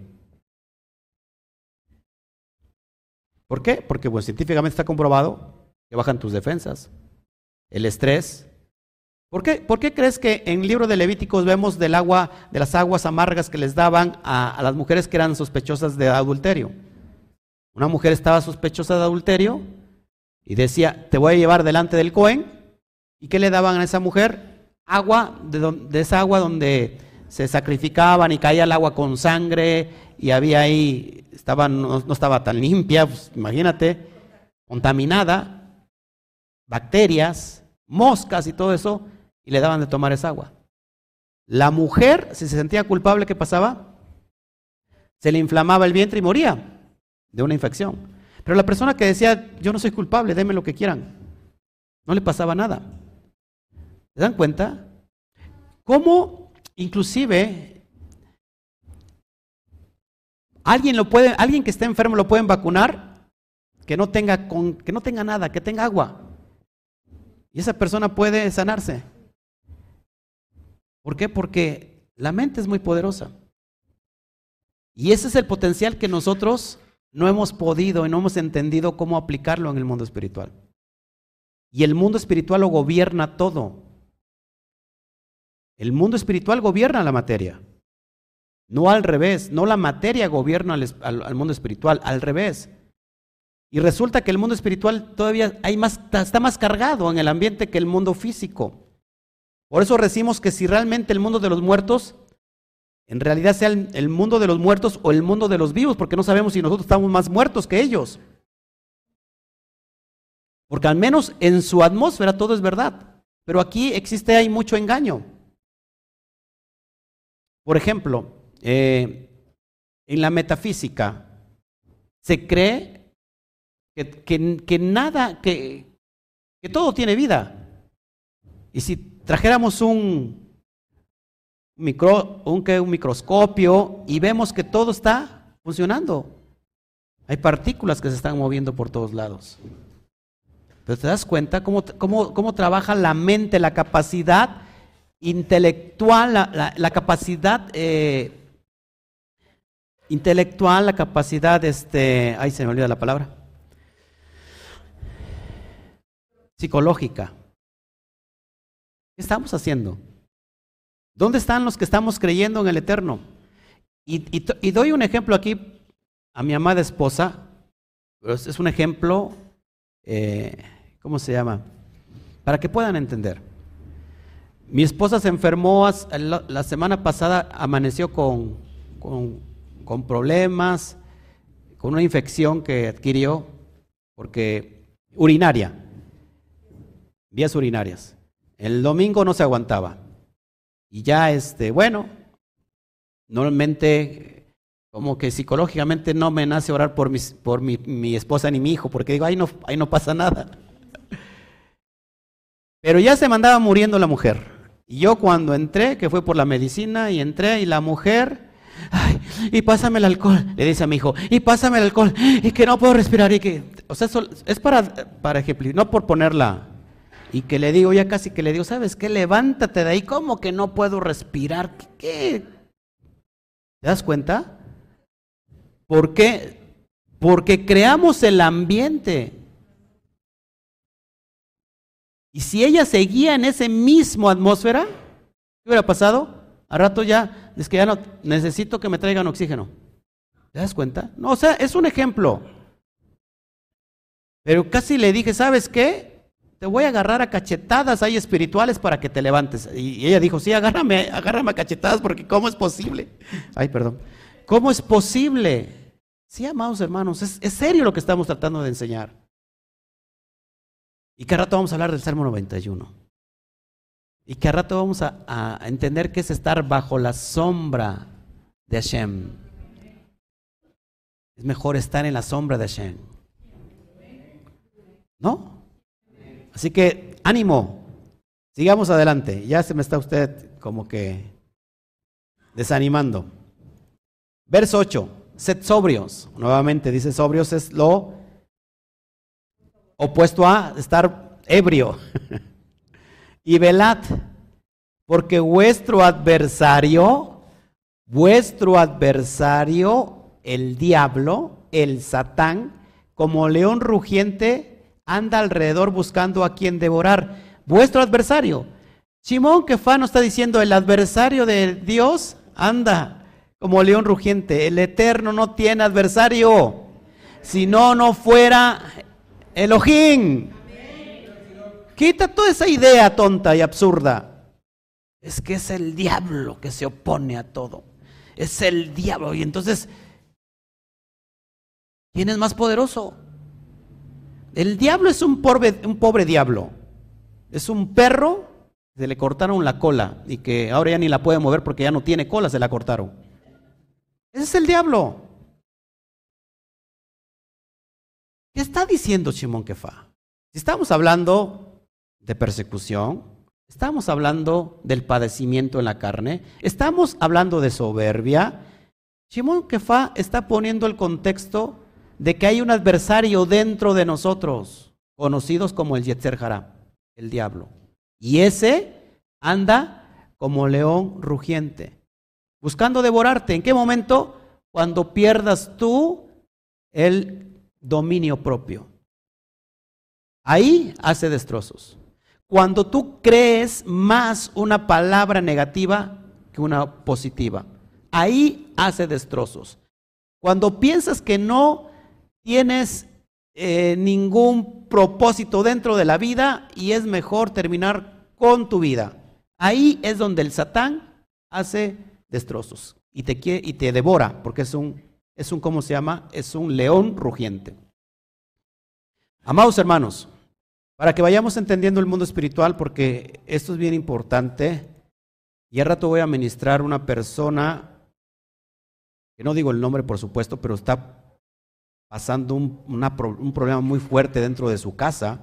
¿Por qué? Porque pues, científicamente está comprobado que bajan tus defensas, el estrés. ¿Por qué crees que en el libro de Levíticos vemos del agua, de las aguas amargas que les daban a las mujeres que eran sospechosas de adulterio? Una mujer estaba sospechosa de adulterio y decía, te voy a llevar delante del Cohen. ¿Y qué le daban a esa mujer? Agua, de esa agua donde se sacrificaban y caía el agua con sangre y había ahí, no estaba tan limpia, pues, imagínate, contaminada, bacterias, moscas y todo eso, y le daban de tomar esa agua. La mujer, si se sentía culpable, ¿qué pasaba? Se le inflamaba el vientre y moría de una infección. Pero la persona que decía, yo no soy culpable, denme lo que quieran, no le pasaba nada. ¿Se dan cuenta? ¿Cómo inclusive alguien que esté enfermo lo pueden vacunar, que no tenga nada, que tenga agua? Y esa persona puede sanarse. ¿Por qué? Porque la mente es muy poderosa. Y ese es el potencial que nosotros no hemos podido y no hemos entendido cómo aplicarlo en el mundo espiritual. Y el mundo espiritual lo gobierna todo. El mundo espiritual gobierna la materia, no al revés, no la materia gobierna al mundo espiritual, al revés. Y resulta que el mundo espiritual todavía está más cargado en el ambiente que el mundo físico. Por eso decimos que si realmente el mundo de los muertos, en realidad sea el mundo de los muertos o el mundo de los vivos, porque no sabemos si nosotros estamos más muertos que ellos. Porque al menos en su atmósfera todo es verdad, pero aquí hay mucho engaño. Por ejemplo, en la metafísica se cree que todo tiene vida. Y si trajéramos un microscopio y vemos que todo está funcionando, hay partículas que se están moviendo por todos lados. Pero te das cuenta cómo trabaja la mente, la capacidad intelectual, la capacidad intelectual, la capacidad, ay, se me olvida la palabra, psicológica. ¿Qué estamos haciendo? ¿Dónde están los que estamos creyendo en el eterno? Y doy un ejemplo aquí a mi amada esposa. Es un ejemplo, ¿cómo se llama? Para que puedan entender. Mi esposa se enfermó la semana pasada, amaneció con problemas, con una infección que adquirió, porque urinaria, vías urinarias. El domingo no se aguantaba. Y ya, bueno, normalmente, como que psicológicamente no me nace orar por mi esposa ni mi hijo, porque digo, ahí no pasa nada. Pero ya se me andaba muriendo la mujer. Y yo cuando entré, que fue por la medicina, y entré, y la mujer, ay, y pásame el alcohol, le dice a mi hijo, y pásame el alcohol, y que no puedo respirar, y que, o sea, es para ejemplificar, no por ponerla. Y que le digo, ya casi que le digo, ¿sabes qué? Levántate de ahí, ¿cómo que no puedo respirar? ¿Qué? ¿Te das cuenta? ¿Por qué? Porque creamos el ambiente. Y si ella seguía en ese mismo atmósfera, ¿qué hubiera pasado? A rato ya, es que ya no, necesito que me traigan oxígeno. ¿Te das cuenta? No, o sea, es un ejemplo. Pero casi le dije, ¿sabes qué? Te voy a agarrar a cachetadas ahí espirituales para que te levantes. Y ella dijo, sí, agárrame a cachetadas, porque ¿cómo es posible? Ay, perdón. ¿Cómo es posible? Sí, amados hermanos, es serio lo que estamos tratando de enseñar. Y que a rato vamos a hablar del Salmo 91. Y que a rato vamos a entender qué es estar bajo la sombra de Hashem. Es mejor estar en la sombra de Hashem, ¿no? Así que, ánimo, sigamos adelante. Ya se me está usted como que desanimando. Verso 8, sed sobrios. Nuevamente dice sobrios es lo opuesto a estar ebrio. Y velad, porque vuestro adversario, el diablo, el Satán, como león rugiente, anda alrededor buscando a quien devorar. Vuestro adversario. Shimon Kefá nos está diciendo, el adversario de Dios anda como león rugiente. El Eterno no tiene adversario. Si no fuera Elohim. Quita toda esa idea tonta y absurda. Es que es el diablo que se opone a todo. Es el diablo. Y entonces, ¿quién es más poderoso? El diablo es un pobre diablo. Es un perro, se le cortaron la cola y que ahora ya ni la puede mover porque ya no tiene cola, se la cortaron. Ese es el diablo. ¿Qué está diciendo Shimon Kefá? Si estamos hablando de persecución, estamos hablando del padecimiento en la carne, estamos hablando de soberbia, Shimon Kefá está poniendo el contexto de que hay un adversario dentro de nosotros, conocidos como el Yetzer Hará, el diablo. Y ese anda como león rugiente, buscando devorarte. ¿En qué momento? Cuando pierdas tú el dominio propio. Ahí hace destrozos. Cuando tú crees más una palabra negativa que una positiva, ahí hace destrozos. Cuando piensas que no tienes ningún propósito dentro de la vida y es mejor terminar con tu vida, ahí es donde el Satán hace destrozos y te devora, porque es un ¿cómo se llama? Es un león rugiente. Amados hermanos, para que vayamos entendiendo el mundo espiritual, porque esto es bien importante, y al rato voy a ministrar una persona, que no digo el nombre por supuesto, pero está pasando un problema muy fuerte dentro de su casa,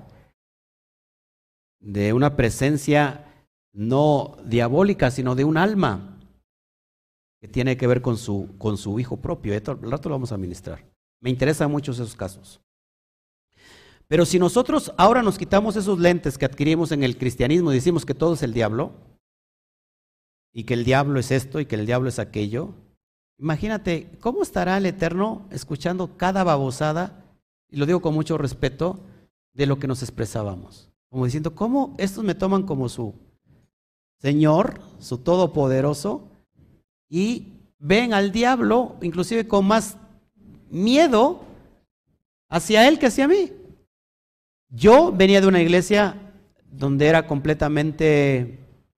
de una presencia no diabólica, sino de un alma que tiene que ver con su hijo propio. Al rato lo vamos a ministrar. Me interesan mucho esos casos. Pero si nosotros ahora nos quitamos esos lentes que adquirimos en el cristianismo y decimos que todo es el diablo, y que el diablo es esto y que el diablo es aquello, Imagínate, ¿cómo estará el Eterno escuchando cada babosada, y lo digo con mucho respeto, de lo que nos expresábamos? Como diciendo, ¿cómo estos me toman como su Señor, su Todopoderoso, y ven al diablo, inclusive con más miedo hacia él que hacia mí? Yo venía de una iglesia donde era completamente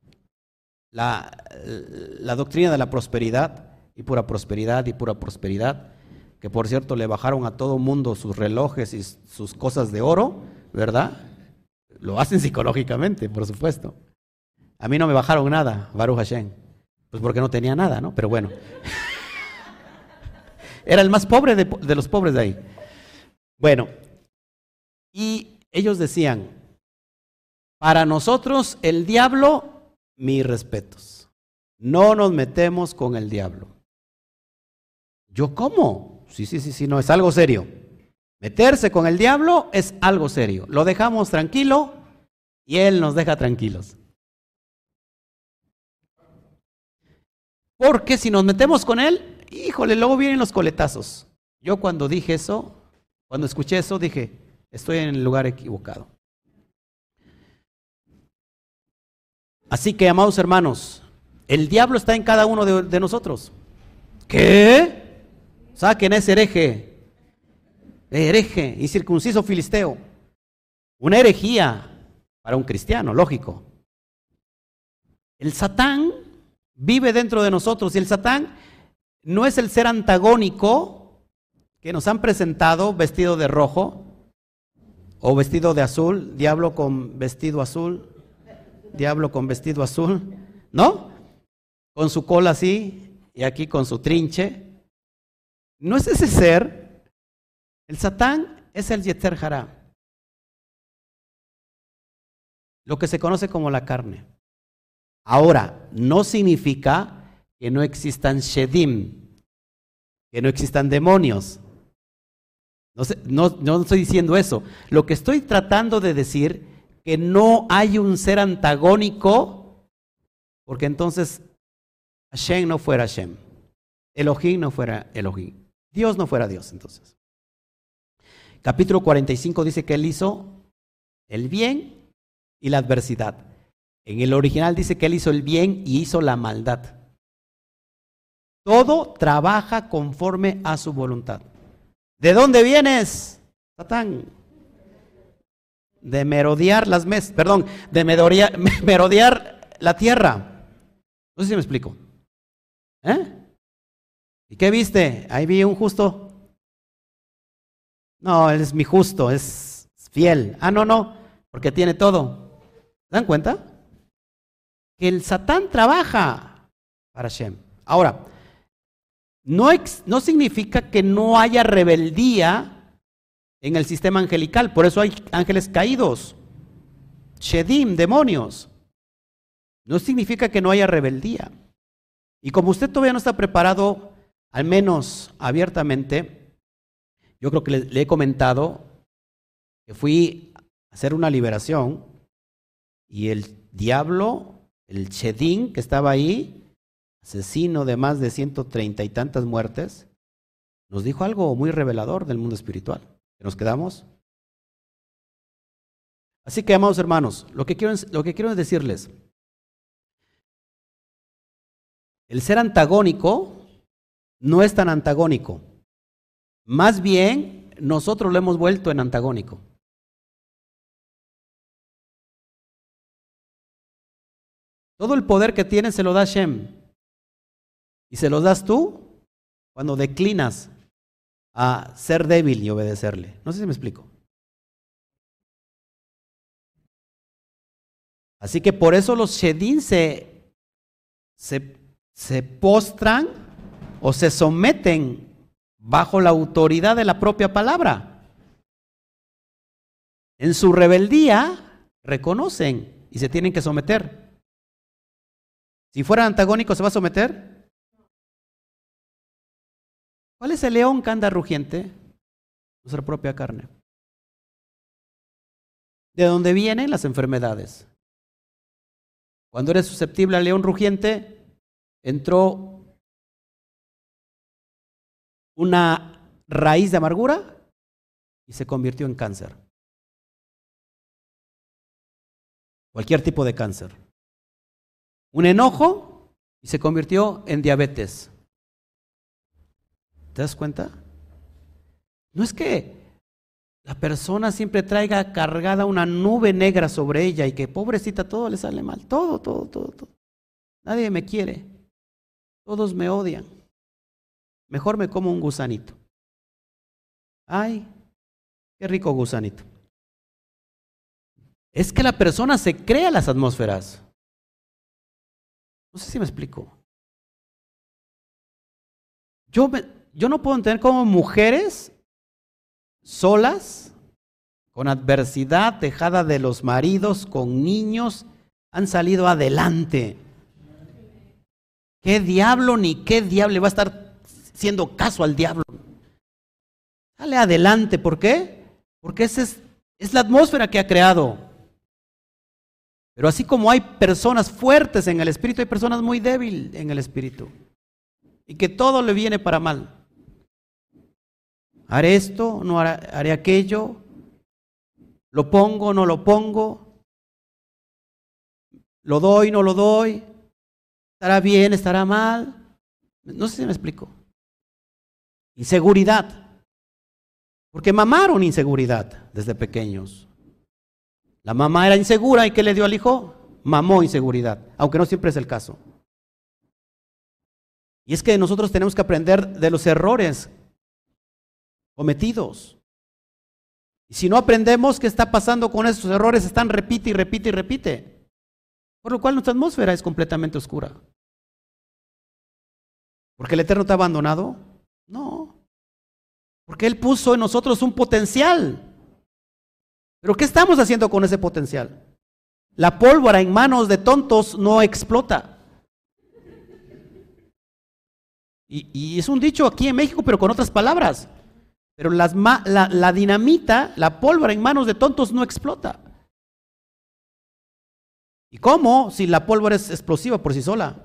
la doctrina de la prosperidad, y pura prosperidad, y pura prosperidad, que por cierto le bajaron a todo mundo sus relojes y sus cosas de oro, ¿verdad? Lo hacen psicológicamente, por supuesto. A mí no me bajaron nada, Baruch Hashem, pues porque no tenía nada, ¿no? Pero bueno, era el más pobre de los pobres de ahí. Bueno, y ellos decían, para nosotros el diablo, mis respetos, no nos metemos con el diablo. ¿Yo cómo? Sí, no, es algo serio. Meterse con el diablo es algo serio. Lo dejamos tranquilo y él nos deja tranquilos. Porque si nos metemos con él, híjole, luego vienen los coletazos. Yo cuando dije eso, cuando escuché eso, dije, estoy en el lugar equivocado. Así que, amados hermanos, el diablo está en cada uno de nosotros. ¿Qué? Saquen ese hereje, incircunciso filisteo. Una herejía para un cristiano, lógico. El Satán vive dentro de nosotros y el Satán no es el ser antagónico que nos han presentado vestido de rojo o vestido de azul, diablo con vestido azul, ¿no? Con su cola así y aquí con su trinche. No es ese ser. El Satán es el Yetzer Hará, lo que se conoce como la carne. Ahora, no significa que no existan Shedim, que no existan demonios. No estoy diciendo eso. Lo que estoy tratando de decir, que no hay un ser antagónico, porque entonces Hashem no fuera Hashem, Elohim no fuera Elohim, Dios no fuera Dios. Entonces, capítulo 45 dice que él hizo el bien y la adversidad. En el original dice que él hizo el bien y hizo la maldad. Todo trabaja conforme a su voluntad. ¿De dónde vienes, Satán? De merodear merodear la tierra. No sé si me explico. ¿Y qué viste? Ahí vi un justo. No, él es mi justo, es fiel. No, porque tiene todo. ¿Se dan cuenta? Que el Satán trabaja para Hashem. Ahora, no significa que no haya rebeldía en el sistema angelical. Por eso hay ángeles caídos, Shedim, demonios. No significa que no haya rebeldía. Y como usted todavía no está preparado, al menos abiertamente, yo creo que le he comentado que fui a hacer una liberación y el diablo, el Shedim que estaba ahí, asesino de más de 130 y tantas muertes, nos dijo algo muy revelador del mundo espiritual. ¿Nos quedamos? Así que, amados hermanos, lo que quiero es decirles, el ser antagónico no es tan antagónico. Más bien, nosotros lo hemos vuelto en antagónico. Todo el poder que tienes se lo da Hashem. Y se lo das tú cuando declinas a ser débil y obedecerle. No sé si me explico. Así que por eso los Shedim se postran o se someten bajo la autoridad de la propia palabra. En su rebeldía reconocen y se tienen que someter. Si fuera antagónico, ¿se va a someter? ¿Cuál es el león que anda rugiente? Nuestra propia carne. ¿De dónde vienen las enfermedades? Cuando eres susceptible al león rugiente, entró una raíz de amargura y se convirtió en cáncer. Cualquier tipo de cáncer. Un enojo y se convirtió en diabetes. ¿Te das cuenta? No es que la persona siempre traiga cargada una nube negra sobre ella y que pobrecita todo le sale mal. Todo. Nadie me quiere. Todos me odian. Mejor me como un gusanito. Ay, qué rico gusanito. Es que la persona se crea las atmósferas. No sé si me explico. Yo no puedo entender cómo mujeres solas, con adversidad, dejada de los maridos, con niños, han salido adelante. ¿Qué diablo ni qué diablo va a estar haciendo caso al diablo? Sale adelante, ¿por qué? Porque esa es la atmósfera que ha creado. Pero así como hay personas fuertes en el espíritu, hay personas muy débiles en el espíritu. Y que todo le viene para mal. Haré esto, no haré aquello, lo pongo, no lo pongo, lo doy, no lo doy, estará bien, estará mal. No sé si me explico. Inseguridad. Porque mamaron inseguridad desde pequeños. La mamá era insegura y ¿qué le dio al hijo? Mamó inseguridad, aunque no siempre es el caso. Y es que nosotros tenemos que aprender de los errores cometidos. Y si no aprendemos qué está pasando con esos errores, están repite y repite y repite. Por lo cual nuestra atmósfera es completamente oscura. ¿Porque el Eterno te ha abandonado? No. Porque Él puso en nosotros un potencial. ¿Pero qué estamos haciendo con ese potencial? La pólvora en manos de tontos no explota. Y es un dicho aquí en México, pero con otras palabras. Pero la dinamita, la pólvora en manos de tontos no explota. ¿Y cómo? Si la pólvora es explosiva por sí sola.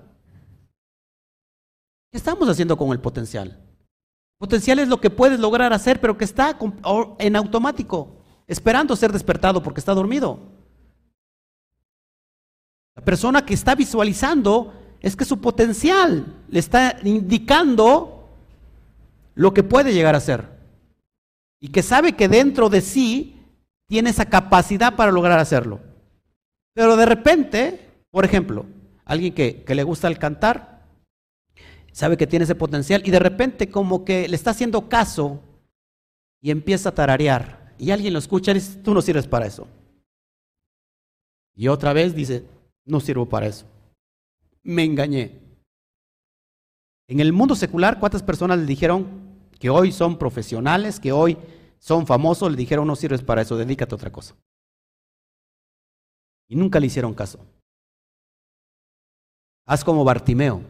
¿Qué estamos haciendo con el potencial? Potencial es lo que puedes lograr hacer, pero que está en automático, esperando ser despertado porque está dormido. La persona que está visualizando es que su potencial le está indicando lo que puede llegar a ser. Y que sabe que dentro de sí tiene esa capacidad para lograr hacerlo. Pero de repente, por ejemplo, alguien que le gusta el cantar, sabe que tiene ese potencial y de repente como que le está haciendo caso y empieza a tararear. Y alguien lo escucha y dice, tú no sirves para eso. Y otra vez dice, no sirvo para eso. Me engañé. En el mundo secular, ¿cuántas personas le dijeron que hoy son profesionales, que hoy son famosos, le dijeron no sirves para eso, dedícate a otra cosa? Y nunca le hicieron caso. Haz como Bartimeo,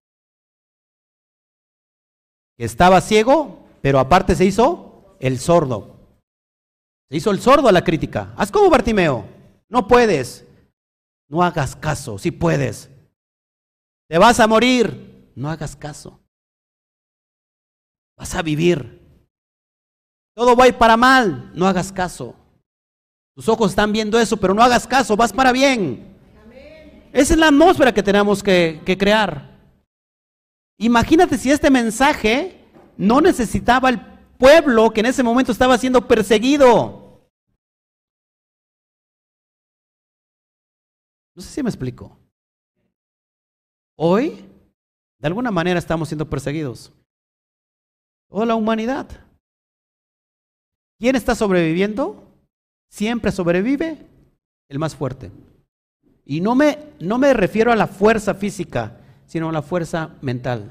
que estaba ciego, pero aparte se hizo el sordo. Se hizo el sordo a la crítica. Haz como Bartimeo, no puedes, no hagas caso, sí puedes. Te vas a morir, no hagas caso. Vas a vivir. Todo va a ir para mal, no hagas caso. Tus ojos están viendo eso, pero no hagas caso, vas para bien. Amén. Esa es la atmósfera que tenemos que crear. Imagínate si este mensaje no necesitaba el pueblo que en ese momento estaba siendo perseguido. No sé si me explico. Hoy, de alguna manera estamos siendo perseguidos. Toda la humanidad. ¿Quién está sobreviviendo? Siempre sobrevive el más fuerte. Y no me refiero a la fuerza física, sino a la fuerza mental.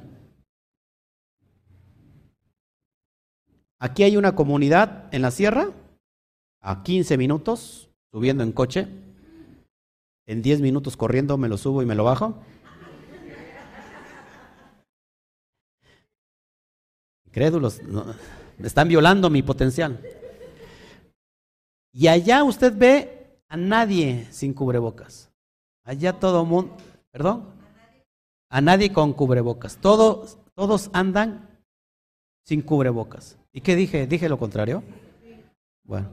Aquí hay una comunidad en la sierra, a 15 minutos, subiendo en coche. En 10 minutos corriendo me lo subo y me lo bajo. Crédulos, no, me están violando mi potencial. Y allá usted ve a nadie sin cubrebocas. Allá todo mundo, perdón, a nadie con cubrebocas. Todos andan sin cubrebocas. ¿Y qué dije? ¿Dije lo contrario? Bueno.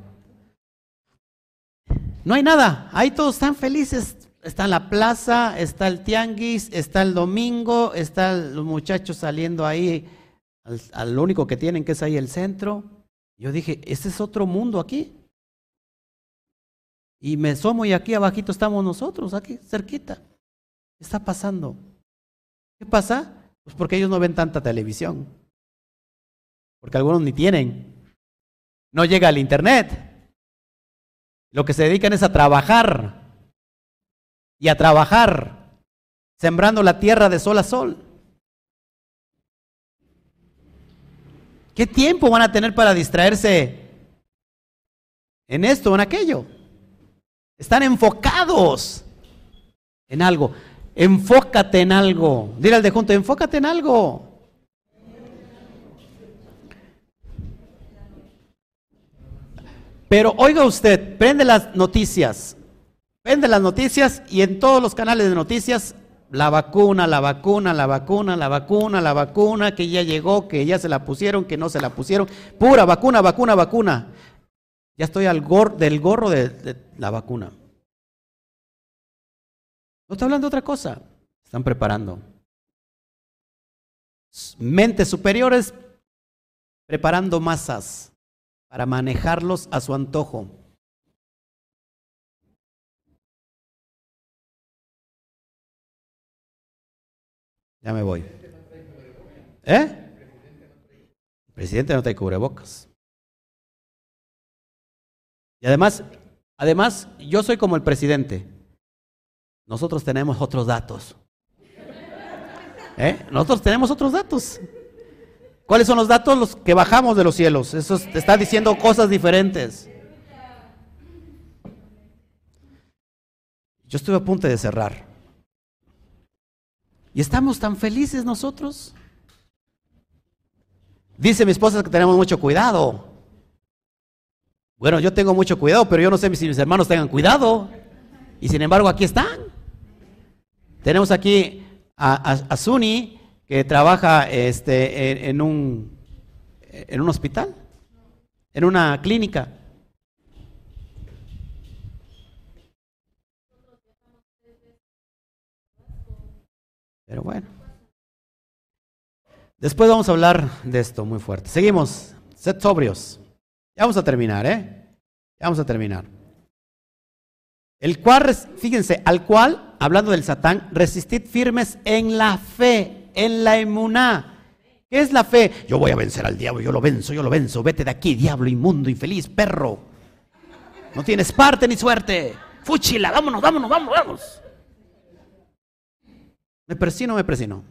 No hay nada, ahí todos están felices. Está en la plaza, está el tianguis, está el domingo, están los muchachos saliendo ahí al único que tienen, que es ahí el centro. Yo dije, este es otro mundo aquí. Y me asomo y aquí abajito estamos nosotros, aquí cerquita. ¿Qué está pasando? ¿Qué pasa? Pues porque ellos no ven tanta televisión. Porque algunos ni tienen. No llega al internet. Lo que se dedican es a trabajar. Y a trabajar. Sembrando la tierra de sol a sol. ¿Qué tiempo van a tener para distraerse en esto o en aquello? Están enfocados en algo. Enfócate en algo. Dile al de junto, enfócate en algo. Pero oiga usted, prende las noticias y en todos los canales de noticias, la vacuna, que ya llegó, que ya se la pusieron, que no se la pusieron, pura vacuna. Ya estoy del gorro de la vacuna. No está hablando de otra cosa, están preparando. Mentes superiores preparando masas para manejarlos a su antojo. Ya me voy. El presidente no trae cubrebocas. Y además, yo soy como el presidente. Nosotros tenemos otros datos. Nosotros tenemos otros datos. ¿Cuáles son los datos? Los que bajamos de los cielos. Eso te está diciendo cosas diferentes. Yo estuve a punto de cerrar. Y estamos tan felices nosotros. Dice mi esposa que tenemos mucho cuidado. Bueno, yo tengo mucho cuidado, pero yo no sé si mis hermanos tengan cuidado. Y sin embargo, aquí están. Tenemos aquí a Suni, que trabaja en un hospital, en una clínica. Pero bueno. Después vamos a hablar de esto muy fuerte. Seguimos. Sed sobrios. Ya vamos a terminar, Ya vamos a terminar. El cual, fíjense, al cual, hablando del Satán, resistid firmes en la fe, en la emuná. ¿Qué es la fe? Yo voy a vencer al diablo, yo lo venzo. Vete de aquí, diablo inmundo, infeliz, perro. No tienes parte ni suerte. Fúchila, vámonos. Me persino.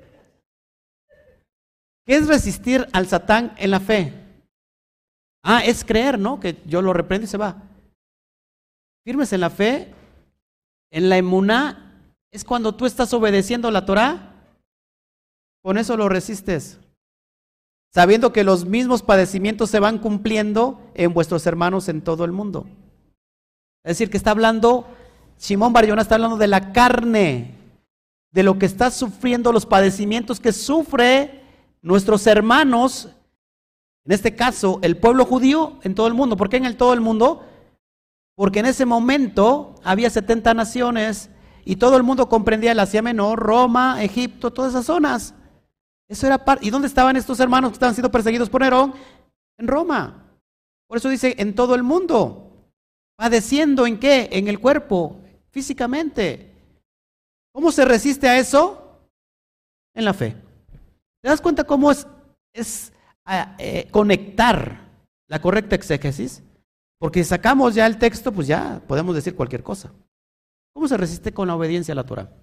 ¿Qué es resistir al Satán en la fe? Es creer, ¿no? Que yo lo reprendo y se va. Firmes en la fe, en la emuná, es cuando tú estás obedeciendo la Torá, con eso lo resistes, sabiendo que los mismos padecimientos se van cumpliendo en vuestros hermanos en todo el mundo. Es decir, que está hablando, Shimon Bar Yonah está hablando de la carne, de lo que está sufriendo, los padecimientos que sufre nuestros hermanos, en este caso el pueblo judío en todo el mundo. ¿Por qué en todo el mundo? Porque en ese momento había 70 naciones y todo el mundo comprendía el Asia Menor, Roma, Egipto, todas esas zonas. Eso era parte. ¿Y dónde estaban estos hermanos que estaban siendo perseguidos por Nerón? En Roma. Por eso dice en todo el mundo. ¿Padeciendo en qué? En el cuerpo, físicamente. ¿Cómo se resiste a eso? En la fe. ¿Te das cuenta cómo es conectar la correcta exégesis? Porque si sacamos ya el texto, pues ya podemos decir cualquier cosa. ¿Cómo se resiste con la obediencia a la Torah?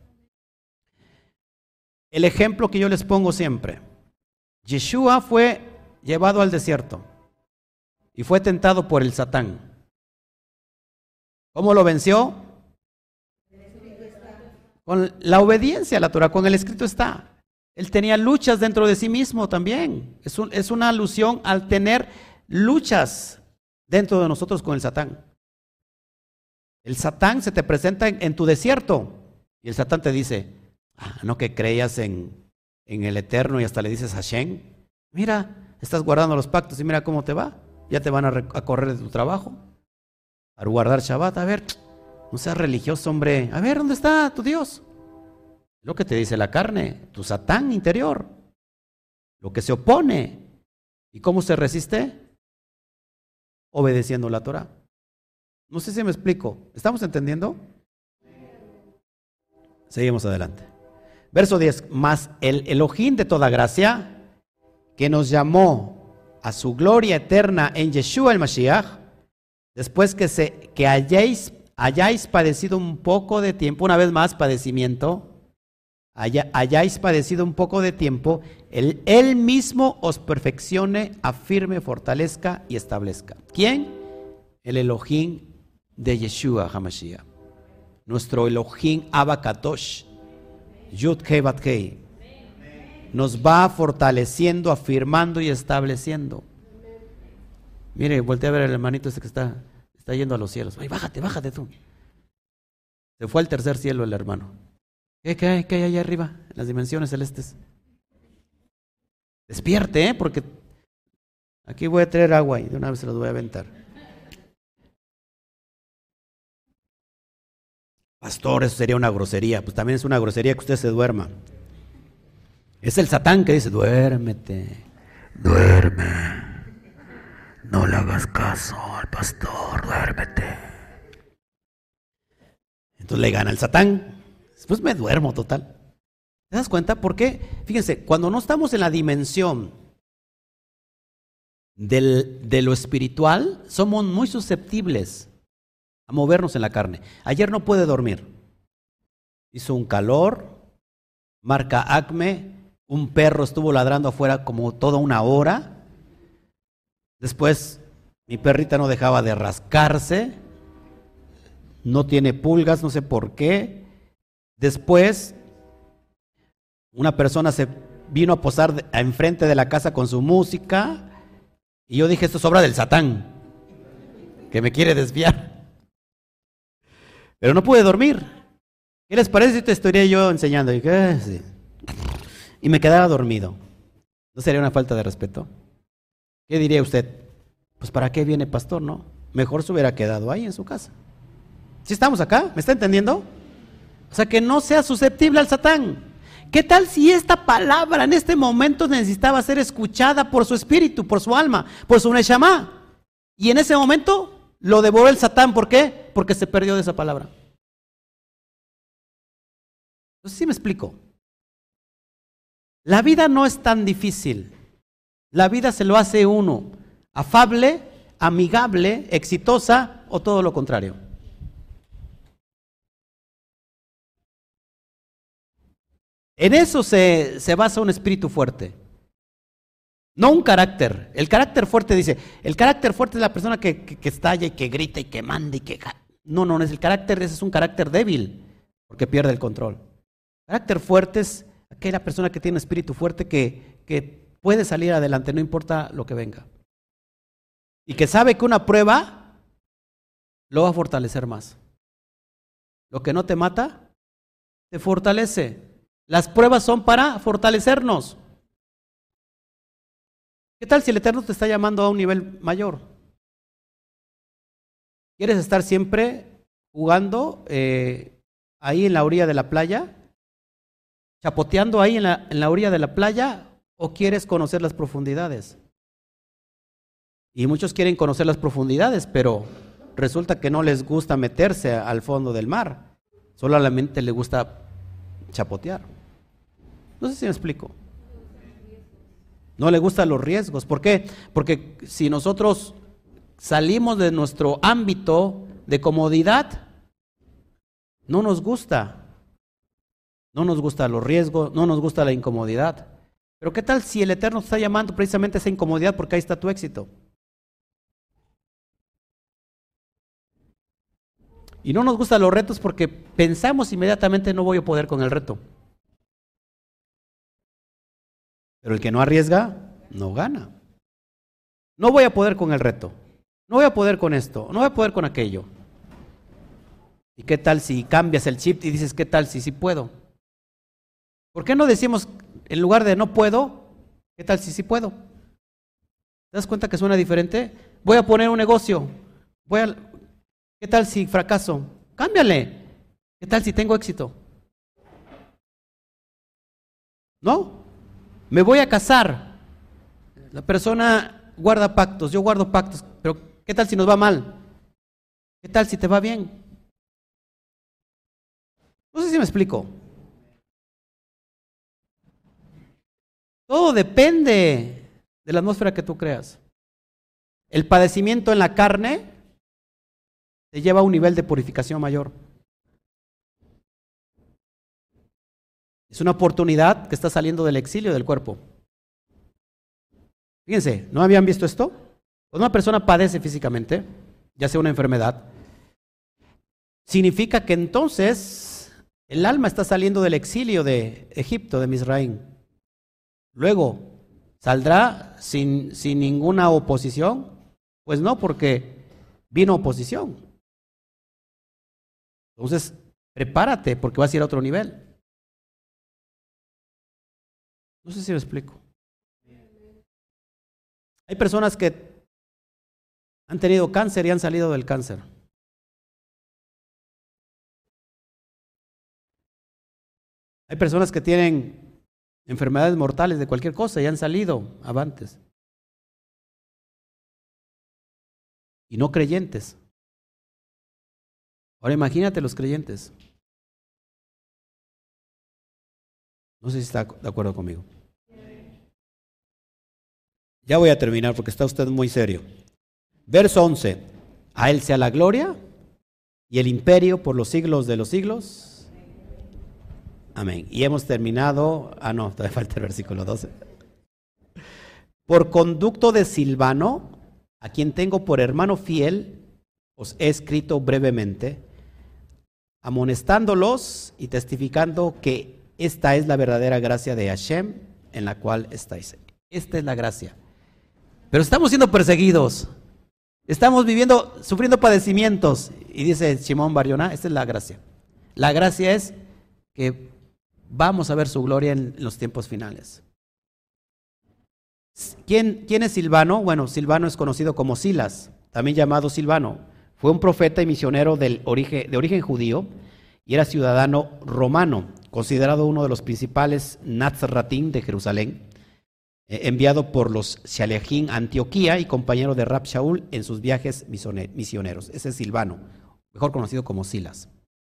El ejemplo que yo les pongo siempre. Yeshua fue llevado al desierto y fue tentado por el Satán. ¿Cómo lo venció? Con la obediencia a la Torah, con el escrito está. Él tenía luchas dentro de sí mismo también. Es una alusión al tener luchas dentro de nosotros con el Satán. El Satán se te presenta en tu desierto y el Satán te dice, no que creías en el Eterno y hasta le dices Hashem, mira, estás guardando los pactos y mira cómo te va. Ya te van a correr de tu trabajo. A guardar Shabbat. A ver, no seas religioso, hombre. A ver, ¿dónde está tu Dios? Lo que te dice la carne, tu Satán interior. Lo que se opone. ¿Y cómo se resiste? Obedeciendo la Torah. No sé si me explico. ¿Estamos entendiendo? Seguimos adelante. Verso 10. Mas el Elohim de toda gracia, que nos llamó a su gloria eterna en Yeshua el Mashiach, después que hayáis padecido un poco de tiempo, una vez más padecimiento, hayáis padecido un poco de tiempo, Él mismo os perfeccione, afirme, fortalezca y establezca. ¿Quién? El Elohim de Yeshua HaMashiach. Nuestro Elohim Abba Kadosh, Yud Kei Bat Kei, nos va fortaleciendo, afirmando y estableciendo. Mire, voltea a ver al hermanito ese que está yendo a los cielos. Ay, bájate tú. Se fue al tercer cielo el hermano. ¿Qué hay allá arriba? En las dimensiones celestes. Despierte, porque aquí voy a traer agua y de una vez se los voy a aventar. Pastor, eso sería una grosería. Pues también es una grosería que usted se duerma. Es el Satán que dice, duérmete, duerme. No le hagas caso al pastor, duérmete. Entonces le gana el Satán. Después me duermo total. ¿Te das cuenta? ¿Por qué? Fíjense, cuando no estamos en la dimensión de lo espiritual, somos muy susceptibles a movernos en la carne. Ayer no pude dormir. Hizo un calor, marca Acme, un perro estuvo ladrando afuera como toda una hora. Después mi perrita no dejaba de rascarse, no tiene pulgas, no sé por qué. Después una persona se vino a posar enfrente de la casa con su música y yo dije, esto es obra del Satán, que me quiere desviar. Pero no pude dormir. ¿Qué les parece si te estaría yo enseñando? Y dije, sí. Y me quedaba dormido. ¿No sería una falta de respeto? ¿Qué diría usted? Pues ¿para qué viene pastor, no? Mejor se hubiera quedado ahí en su casa. ¿Sí estamos acá? ¿Me está entendiendo? O sea, que no sea susceptible al Satán. ¿Qué tal si esta palabra en este momento necesitaba ser escuchada por su espíritu, por su alma, por su neshama? Y en ese momento lo devoró el Satán. ¿Por qué? Porque se perdió de esa palabra. No sé si me explico. La vida no es tan difícil. La vida se lo hace uno. Afable, amigable, exitosa o todo lo contrario. En eso se basa un espíritu fuerte. No un carácter. El carácter fuerte dice, el carácter fuerte es la persona que estalla y que grita y que manda y que... No es el carácter, ese es un carácter débil, porque pierde el control. El carácter fuerte es aquella persona que tiene un espíritu fuerte que puede salir adelante, no importa lo que venga. Y que sabe que una prueba lo va a fortalecer más. Lo que no te mata, te fortalece. Las pruebas son para fortalecernos. ¿Qué tal si el Eterno te está llamando a un nivel mayor? ¿Quieres estar siempre jugando ahí en la orilla de la playa? ¿Chapoteando ahí en la orilla de la playa? ¿O quieres conocer las profundidades? Y muchos quieren conocer las profundidades, pero resulta que no les gusta meterse al fondo del mar. Solamente les gusta chapotear. No sé si me explico. No le gustan los riesgos. ¿Por qué? Porque si nosotros salimos de nuestro ámbito de comodidad, no nos gusta. No nos gustan los riesgos, no nos gusta la incomodidad. Pero ¿qué tal si el Eterno está llamando precisamente a esa incomodidad porque ahí está tu éxito? Y no nos gustan los retos porque pensamos inmediatamente no voy a poder con el reto. Pero el que no arriesga, no gana. No voy a poder con el reto. No voy a poder con esto. No voy a poder con aquello. ¿Y qué tal si cambias el chip y dices, qué tal si sí puedo? ¿Por qué no decimos, en lugar de no puedo, qué tal si sí puedo? ¿Te das cuenta que suena diferente? Voy a poner un negocio. ¿Qué tal si fracaso? Cámbiale. ¿Qué tal si tengo éxito? ¿No? Me voy a casar. La persona guarda pactos, yo guardo pactos, pero ¿qué tal si nos va mal? ¿Qué tal si te va bien? No sé si me explico. Todo depende de la atmósfera que tú creas. El padecimiento en la carne te lleva a un nivel de purificación mayor. Es una oportunidad que está saliendo del exilio del cuerpo. Fíjense, ¿no habían visto esto? Cuando una persona padece físicamente, ya sea una enfermedad, significa que entonces el alma está saliendo del exilio de Egipto, de Misraín. Luego, ¿saldrá sin ninguna oposición? Pues no, porque vino oposición. Entonces, prepárate porque vas a ir a otro nivel. No sé si lo explico. Hay personas que han tenido cáncer y han salido del cáncer. Hay personas que tienen enfermedades mortales de cualquier cosa y han salido avantes. Y no creyentes. Ahora imagínate los creyentes. No sé si está de acuerdo conmigo. Ya voy a terminar porque está usted muy serio. Verso 11. A Él sea la gloria y el imperio por los siglos de los siglos. Amén. Y hemos terminado. No, todavía falta el versículo 12. Por conducto de Silvano, a quien tengo por hermano fiel, os he escrito brevemente, amonestándolos y testificando que esta es la verdadera gracia de Hashem en la cual estáis. Esta es la gracia. Pero estamos siendo perseguidos. Estamos sufriendo padecimientos. Y dice Shimon Bar Yonah, esta es la gracia. La gracia es que vamos a ver su gloria en los tiempos finales. ¿Quién es Silvano? Bueno, Silvano es conocido como Silas, también llamado Silvano. Fue un profeta y misionero de origen judío y era ciudadano romano, considerado uno de los principales Nazratim de Jerusalén, enviado por los Shaleachim a Antioquía y compañero de Rab Shaul en sus viajes misioneros. Ese es Silvano, mejor conocido como Silas.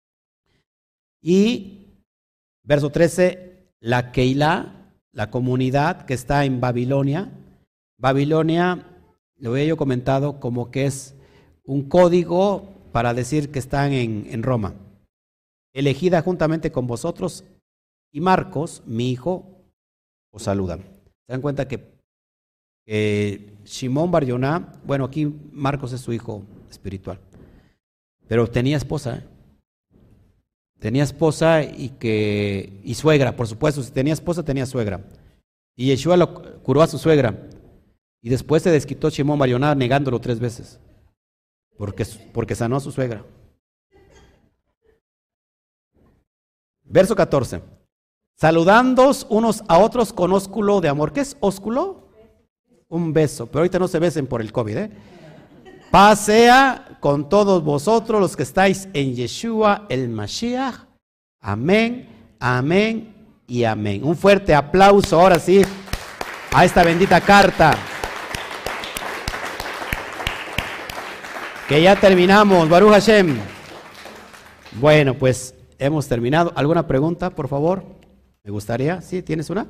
Y verso 13, la Keilah, la comunidad que está en Babilonia. Babilonia, lo he yo comentado como que es un código para decir que están en Roma. Elegida juntamente con vosotros y Marcos, mi hijo, os saludan. Se dan cuenta que Shimon Bar Yonah, bueno, aquí Marcos es su hijo espiritual, pero tenía esposa, Tenía esposa y suegra, por supuesto. Si tenía esposa, tenía suegra. Y Yeshua lo curó a su suegra. Y después se desquitó Shimon Bar Yonah negándolo 3 veces. Porque sanó a su suegra. Verso 14. Saludándoos unos a otros con ósculo de amor. ¿Qué es ósculo? Un beso. Pero ahorita no se besen por el COVID, Paz sea con todos vosotros los que estáis en Yeshua el Mashiach. Amén, amén y amén. Un fuerte aplauso ahora sí a esta bendita carta. Que ya terminamos, Baruch Hashem. Bueno, pues hemos terminado. ¿Alguna pregunta, por favor? Me gustaría. ¿Sí? ¿Tienes una?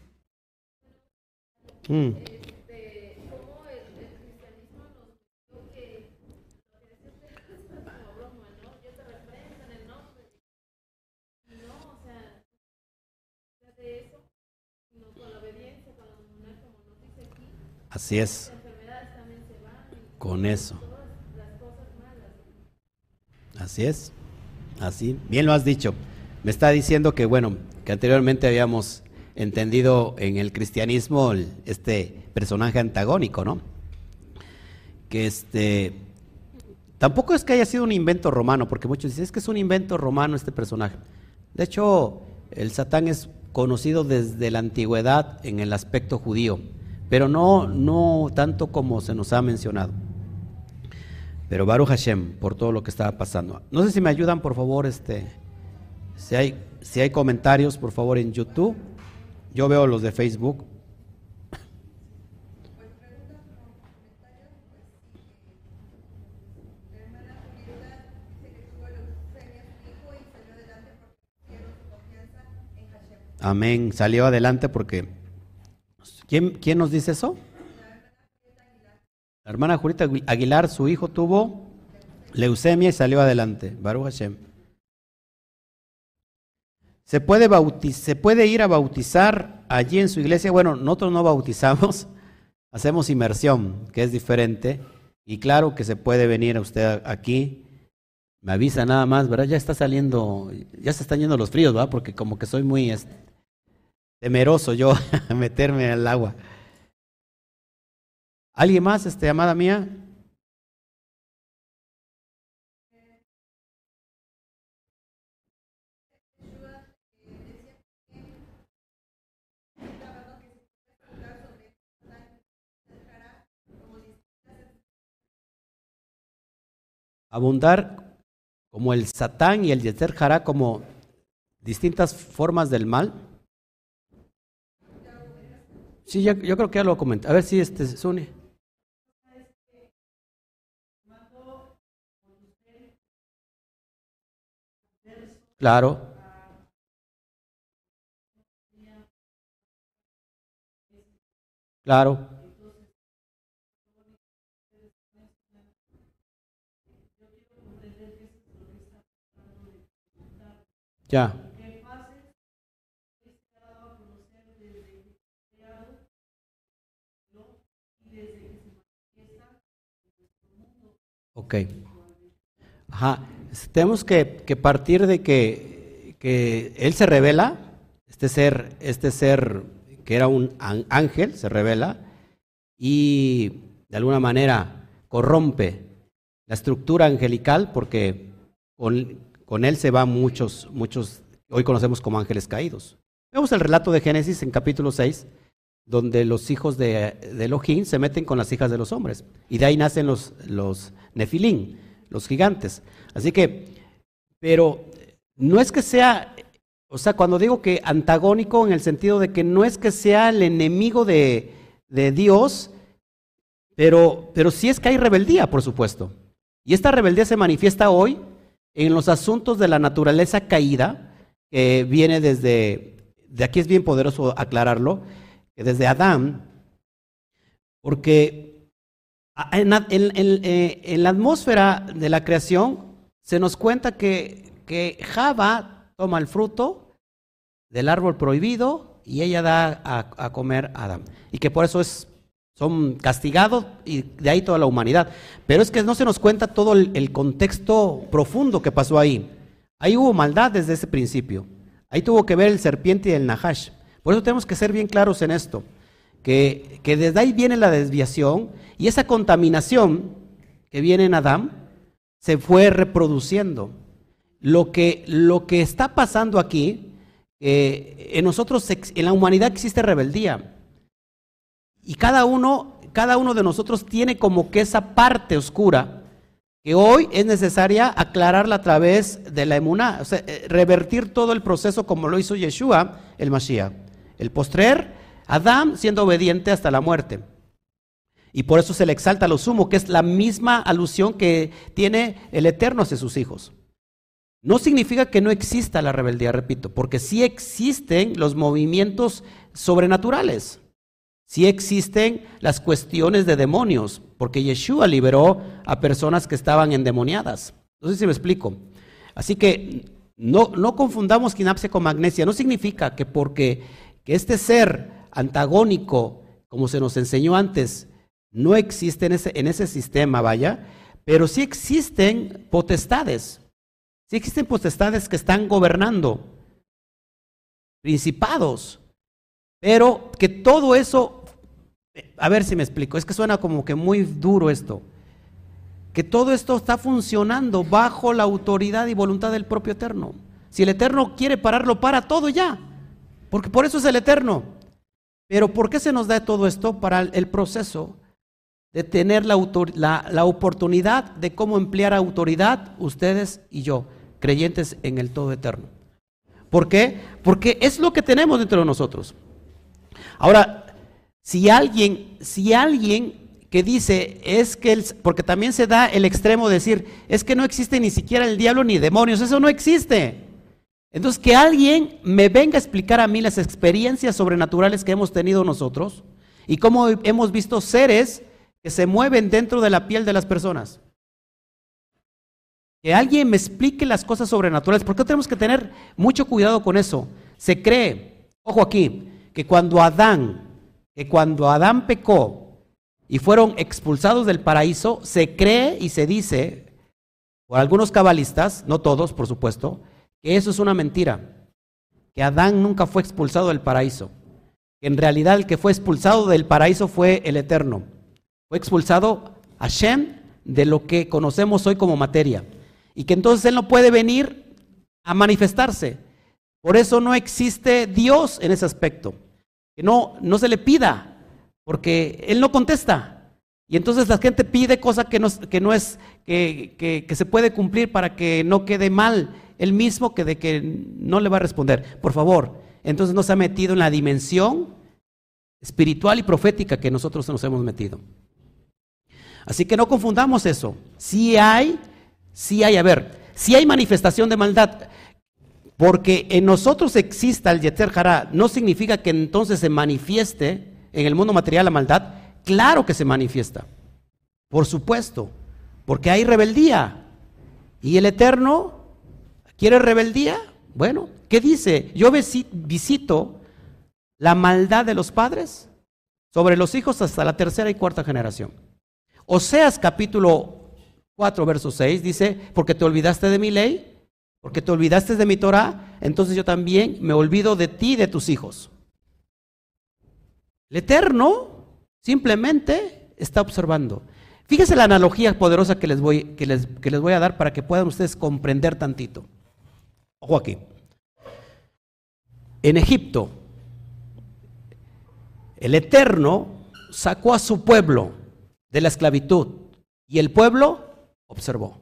Así es. Con eso. Así es. Así. Bien lo has dicho. Me está diciendo que, bueno, que anteriormente habíamos entendido en el cristianismo este personaje antagónico, ¿no? Que tampoco es que haya sido un invento romano, porque muchos dicen, es que es un invento romano este personaje. De hecho, el Satán es conocido desde la antigüedad en el aspecto judío, pero no tanto como se nos ha mencionado. Pero Baruch Hashem, por todo lo que estaba pasando. No sé si me ayudan, por favor, si hay comentarios, por favor, en YouTube. Yo veo los de Facebook. Amén, salió adelante porque... ¿Quién nos dice eso? La hermana Julieta Aguilar, su hijo tuvo leucemia y salió adelante. Baruch Hashem. ¿Se puede ir a bautizar allí en su iglesia? Bueno, nosotros no bautizamos, hacemos inmersión, que es diferente. Y claro que se puede venir a usted aquí. Me avisa nada más, ¿verdad? Ya está saliendo, ya se están yendo los fríos, ¿verdad? Porque como que soy muy temeroso yo a meterme al agua. ¿Alguien más, amada mía? Abundar como el Satán y el Yetzer Hará como distintas formas del mal. Sí, yo creo que ya lo comenté. A ver si Suni. Claro. Claro. Ya. Ok. Ajá. Tenemos que partir de que Él se revela, este ser que era un ángel, se revela y de alguna manera corrompe la estructura angelical porque con Él se van muchos, hoy conocemos como ángeles caídos. Vemos el relato de Génesis en capítulo 6, donde los hijos de Elohim se meten con las hijas de los hombres. Y de ahí nacen los Nefilín, los gigantes. Así que, pero no es que sea, o sea, cuando digo que antagónico en el sentido de que no es que sea el enemigo de Dios, pero sí es que hay rebeldía, por supuesto. Y esta rebeldía se manifiesta hoy en los asuntos de la naturaleza caída, que viene de aquí es bien poderoso aclararlo, que desde Adán, porque en la atmósfera de la creación se nos cuenta que Java toma el fruto del árbol prohibido y ella da a comer a Adán, y que por eso son castigados y de ahí toda la humanidad. Pero es que no se nos cuenta todo el contexto profundo que pasó ahí. Ahí hubo maldad desde ese principio. Ahí tuvo que ver el serpiente y el Nahash. Por eso tenemos que ser bien claros en esto, que desde ahí viene la desviación y esa contaminación que viene en Adán se fue reproduciendo. Lo que está pasando aquí, en nosotros, en la humanidad existe rebeldía. Y cada uno de nosotros tiene como que esa parte oscura que hoy es necesaria aclararla a través de la emuná, o sea, revertir todo el proceso como lo hizo Yeshua, el Mashiach. El postrer, Adán siendo obediente hasta la muerte. Y por eso se le exalta a lo sumo, que es la misma alusión que tiene el Eterno hacia sus hijos. No significa que no exista la rebeldía, repito, porque sí existen los movimientos sobrenaturales. Sí existen las cuestiones de demonios, porque Yeshua liberó a personas que estaban endemoniadas. No sé si me explico. Así que no confundamos quinapsia con magnesia. No significa que porque este ser antagónico, como se nos enseñó antes, no existe en ese sistema, vaya, pero sí existen potestades. Sí existen potestades que están gobernando, principados. Pero que todo eso, a ver si me explico, es que suena como que muy duro esto, que todo esto está funcionando bajo la autoridad y voluntad del propio Eterno. Si el Eterno quiere pararlo, para todo ya, porque por eso es el Eterno. Pero ¿por qué se nos da todo esto? Para el proceso de tener la oportunidad de cómo emplear autoridad ustedes y yo, creyentes en el todo eterno. ¿Por qué? Porque es lo que tenemos dentro de nosotros. Ahora, si alguien que dice, porque también se da el extremo de decir, es que no existe ni siquiera el diablo ni demonios, eso no existe. Entonces, que alguien me venga a explicar a mí las experiencias sobrenaturales que hemos tenido nosotros y cómo hemos visto seres que se mueven dentro de la piel de las personas. Que alguien me explique las cosas sobrenaturales, porque tenemos que tener mucho cuidado con eso. Se cree, ojo aquí, que cuando Adán pecó y fueron expulsados del paraíso, se cree y se dice, por algunos cabalistas, no todos por supuesto, que eso es una mentira, que Adán nunca fue expulsado del paraíso, que en realidad el que fue expulsado del paraíso fue el Eterno, fue expulsado Hashem de lo que conocemos hoy como materia, y que entonces él no puede venir a manifestarse. Por eso no existe Dios en ese aspecto, que no se le pida, porque él no contesta, y entonces la gente pide cosas que se puede cumplir para que no quede mal él mismo, que de que no le va a responder. Por favor, entonces no se ha metido en la dimensión espiritual y profética que nosotros nos hemos metido. Así que no confundamos eso. Sí hay manifestación de maldad. Porque en nosotros exista el Yetzer Hará, no significa que entonces se manifieste en el mundo material la maldad. Claro que se manifiesta, por supuesto, porque hay rebeldía. Y el Eterno quiere rebeldía. Bueno, ¿qué dice? Yo visito la maldad de los padres sobre los hijos hasta la tercera y cuarta generación. Oseas capítulo 4, verso 6 dice, porque te olvidaste de mi ley, porque te olvidaste de mi Torah, entonces yo también me olvido de ti y de tus hijos. El Eterno simplemente está observando. Fíjese la analogía poderosa que les voy a dar para que puedan ustedes comprender tantito. Ojo aquí. En Egipto, el Eterno sacó a su pueblo de la esclavitud y el pueblo observó.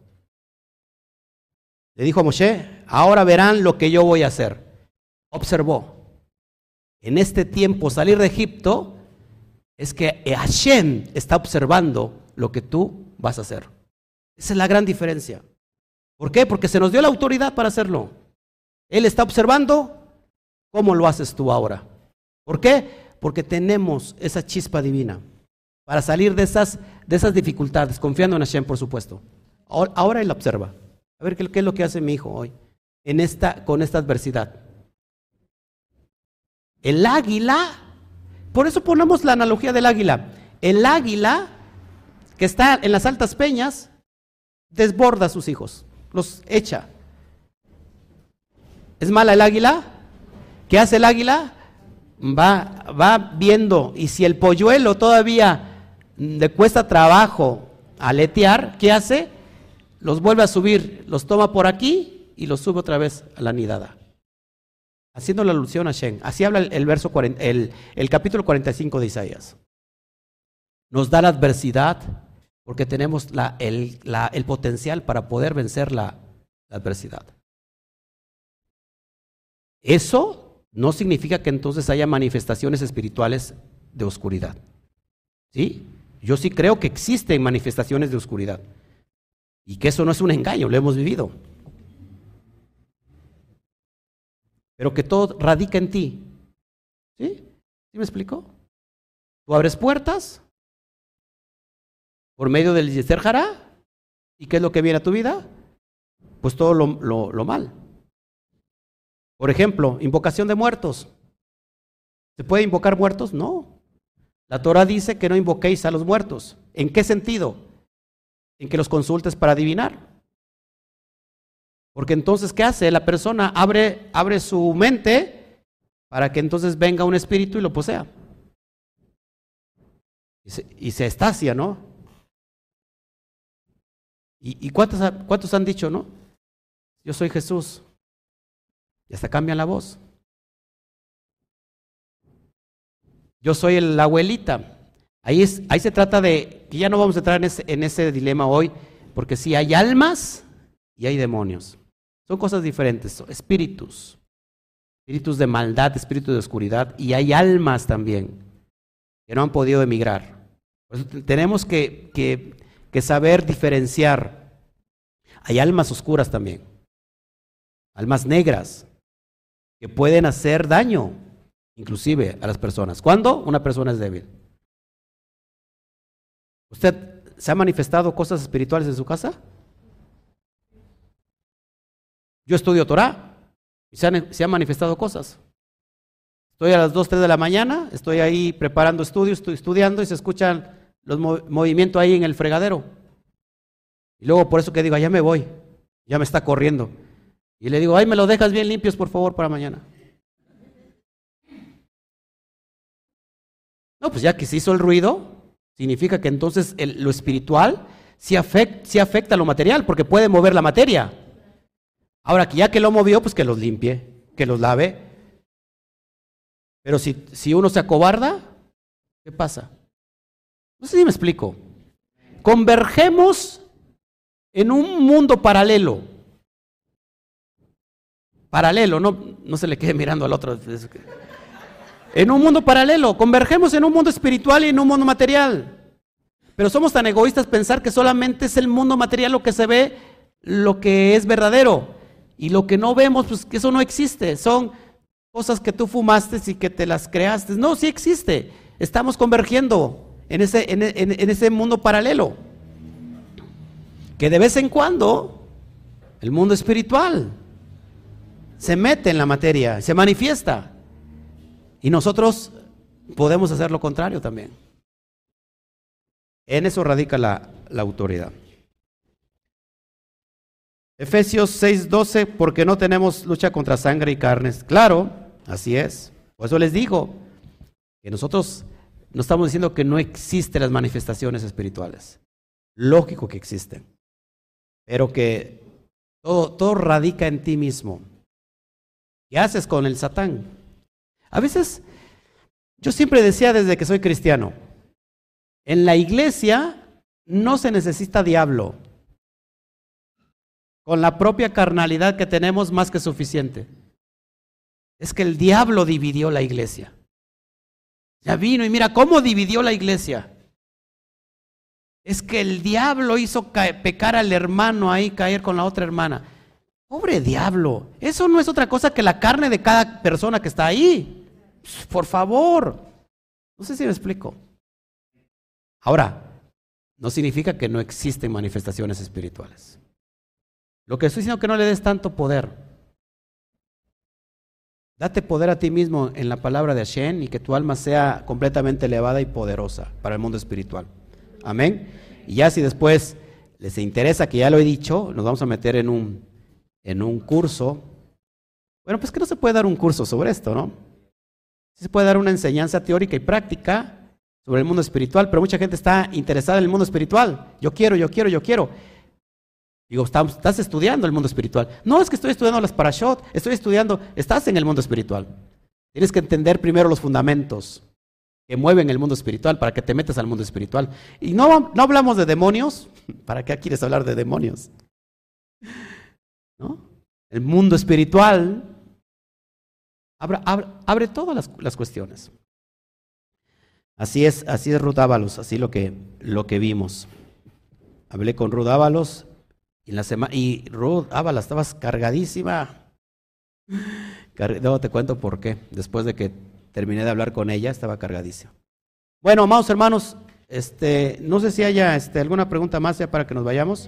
Le dijo a Moshe, ahora verán lo que yo voy a hacer. Observó. En este tiempo salir de Egipto es que Hashem está observando lo que tú vas a hacer. Esa es la gran diferencia. ¿Por qué? Porque se nos dio la autoridad para hacerlo. Él está observando cómo lo haces tú ahora. ¿Por qué? Porque tenemos esa chispa divina para salir de esas dificultades, confiando en Hashem, por supuesto. Ahora él observa. A ver qué es lo que hace mi hijo hoy con esta adversidad. El águila, por eso ponemos la analogía del águila. El águila que está en las altas peñas desborda a sus hijos, los echa. ¿Es mala el águila? ¿Qué hace el águila? Va viendo, y si el polluelo todavía le cuesta trabajo aletear, ¿qué hace? Los vuelve a subir, los toma por aquí y los sube otra vez a la nidada. Haciendo la alusión a Shem. Así habla el capítulo 45 de Isaías. Nos da la adversidad porque tenemos el potencial para poder vencer la adversidad. Eso no significa que entonces haya manifestaciones espirituales de oscuridad. ¿Sí? Yo sí creo que existen manifestaciones de oscuridad. Y que eso no es un engaño, lo hemos vivido. Pero que todo radica en ti. ¿Sí? ¿Sí me explico? Tú abres puertas por medio del Yetzer Hará. ¿Y qué es lo que viene a tu vida? Pues todo lo mal. Por ejemplo, invocación de muertos. ¿Se puede invocar muertos? No. La Torah dice que no invoquéis a los muertos. ¿En qué sentido? En que los consultes para adivinar. Porque entonces, ¿qué hace? La persona abre su mente para que entonces venga un espíritu y lo posea. Y se estacia, ¿no? ¿Y cuántos han dicho, no? Yo soy Jesús. Y hasta cambian la voz. Yo soy la abuelita. Ahí se trata de, que ya no vamos a entrar en ese dilema hoy, porque sí hay almas y hay demonios. Son cosas diferentes, son espíritus de maldad, espíritus de oscuridad, y hay almas también que no han podido emigrar. Por eso tenemos que saber diferenciar. Hay almas oscuras también, almas negras, que pueden hacer daño, inclusive a las personas. ¿Cuándo? Una persona es débil. ¿Usted se ha manifestado cosas espirituales en su casa? Yo estudio Torah y se han manifestado cosas. Estoy a las 2, 3 de la mañana, estoy ahí preparando estudios, estoy estudiando y se escuchan los movimientos ahí en el fregadero. Y luego por eso que digo, ya me voy, ya me está corriendo. Y le digo, ay, me lo dejas bien limpios por favor para mañana. No, pues ya que se hizo el ruido, significa que entonces lo espiritual sí afecta a lo material, porque puede mover la materia. Ahora, que ya que lo movió, pues que los limpie, que los lave. Pero si uno se acobarda, ¿qué pasa? No sé si me explico. Convergemos en un mundo paralelo. Paralelo, no se le quede mirando al otro. En un mundo paralelo, convergemos en un mundo espiritual y en un mundo material. Pero somos tan egoístas pensar que solamente es el mundo material lo que se ve, lo que es verdadero. Y lo que no vemos, pues que eso no existe. Son cosas que tú fumaste y que te las creaste. No, sí existe. Estamos convergiendo en ese mundo paralelo. Que de vez en cuando el mundo espiritual se mete en la materia, se manifiesta. Y nosotros podemos hacer lo contrario también. En eso radica la autoridad. Efesios 6:12, porque no tenemos lucha contra sangre y carnes. Claro, así es. Por eso les digo que nosotros no estamos diciendo que no existen las manifestaciones espirituales. Lógico que existen. Pero que todo radica en ti mismo. ¿Qué haces con el Satán? A veces, yo siempre decía desde que soy cristiano, en la iglesia no se necesita diablo. Con la propia carnalidad que tenemos, más que suficiente. Es que el diablo dividió la iglesia. Ya vino y mira cómo dividió la iglesia. Es que el diablo hizo pecar al hermano ahí, caer con la otra hermana. Pobre diablo, eso no es otra cosa que la carne de cada persona que está ahí. Por favor. No sé si me explico. Ahora, no significa que no existen manifestaciones espirituales. Lo que estoy diciendo es que no le des tanto poder. Date poder a ti mismo en la palabra de Hashem y que tu alma sea completamente elevada y poderosa para el mundo espiritual. Amén. Y ya si después les interesa, que ya lo he dicho, nos vamos a meter en un curso. Bueno, pues que no se puede dar un curso sobre esto, ¿no? Sí se puede dar una enseñanza teórica y práctica sobre el mundo espiritual, pero mucha gente está interesada en el mundo espiritual. Yo quiero. Digo, estás estudiando el mundo espiritual. No, es que estoy estudiando las parashot, estás en el mundo espiritual. Tienes que entender primero los fundamentos que mueven el mundo espiritual para que te metas al mundo espiritual. Y no hablamos de demonios. ¿Para qué quieres hablar de demonios? ¿No? El mundo espiritual abre todas las cuestiones. Así es Ruth Ábalos, así lo que vimos. Hablé con Ruth Ábalos y Ruth Ábalos, estabas cargadísima. Luego te cuento por qué. Después de que terminé de hablar con ella, estaba cargadísima. Bueno, amados hermanos, no sé si haya alguna pregunta más ya para que nos vayamos.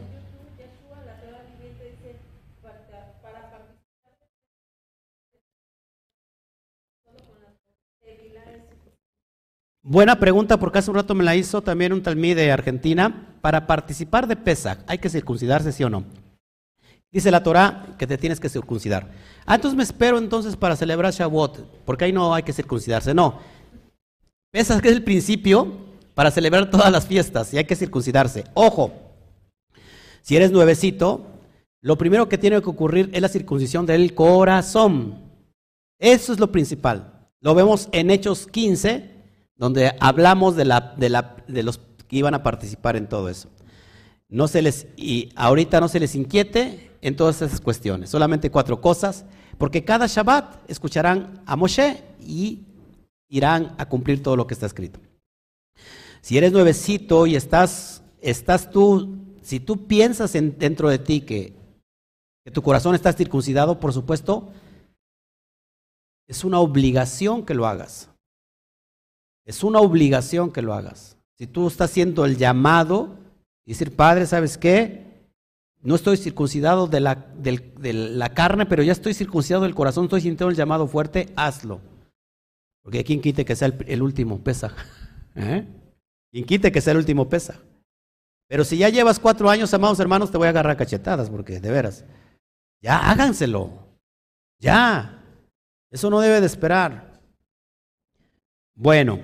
Buena pregunta, porque hace un rato me la hizo también un talmí de Argentina. Para participar de Pesach, ¿hay que circuncidarse, sí o no? Dice la Torah que te tienes que circuncidar. Entonces me espero entonces para celebrar Shavuot, porque ahí no hay que circuncidarse. No. Pesach es el principio para celebrar todas las fiestas y hay que circuncidarse. Ojo, si eres nuevecito, lo primero que tiene que ocurrir es la circuncisión del corazón. Eso es lo principal. Lo vemos en Hechos 15, donde hablamos de los que iban a participar en todo eso. Y ahorita no se les inquiete en todas esas cuestiones, solamente 4 cosas, porque cada Shabbat escucharán a Moshe y irán a cumplir todo lo que está escrito. Si eres nuevecito y estás tú, si tú piensas dentro de ti que tu corazón está circuncidado, por supuesto, es una obligación que lo hagas. Es una obligación que lo hagas. Si tú estás haciendo el llamado y decir, Padre, ¿sabes qué? No estoy circuncidado de la carne, pero ya estoy circuncidado del corazón, estoy sintiendo el llamado fuerte, hazlo. Porque ¿quién quite que sea el último Pesaj? ¿Quién quite que sea el último Pesaj? Pero si ya llevas 4 años, amados hermanos, te voy a agarrar cachetadas, porque de veras, ya háganselo. Ya. Eso no debe de esperar. Bueno.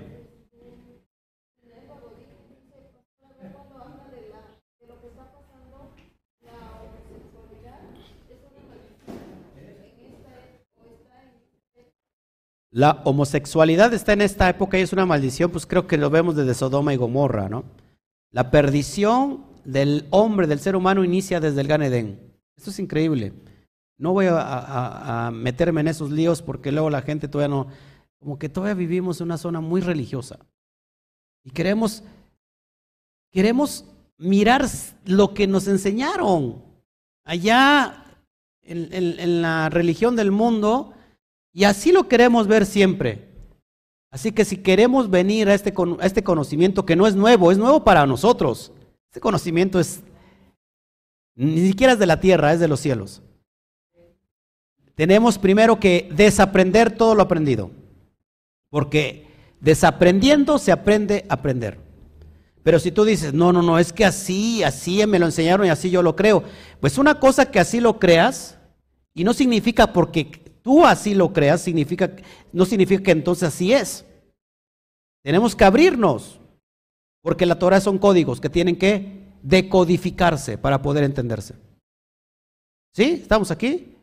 La homosexualidad está en esta época y es una maldición, pues creo que lo vemos desde Sodoma y Gomorra, ¿no? La perdición del hombre, del ser humano, inicia desde el Gan Edén. Esto es increíble. No voy a meterme en esos líos porque luego la gente todavía no, como que todavía vivimos en una zona muy religiosa. Y queremos mirar lo que nos enseñaron allá en la religión del mundo. Y así lo queremos ver siempre. Así que si queremos venir a este conocimiento que no es nuevo para nosotros. Este conocimiento ni siquiera es de la tierra, es de los cielos. Tenemos primero que desaprender todo lo aprendido. Porque desaprendiendo se aprende a aprender. Pero si tú dices, no, es que así me lo enseñaron y así yo lo creo. Pues una cosa que así lo creas, y no significa porque tú así lo creas, no significa que entonces así es. Tenemos que abrirnos, porque la Torah son códigos que tienen que decodificarse para poder entenderse. ¿Sí? ¿Estamos aquí?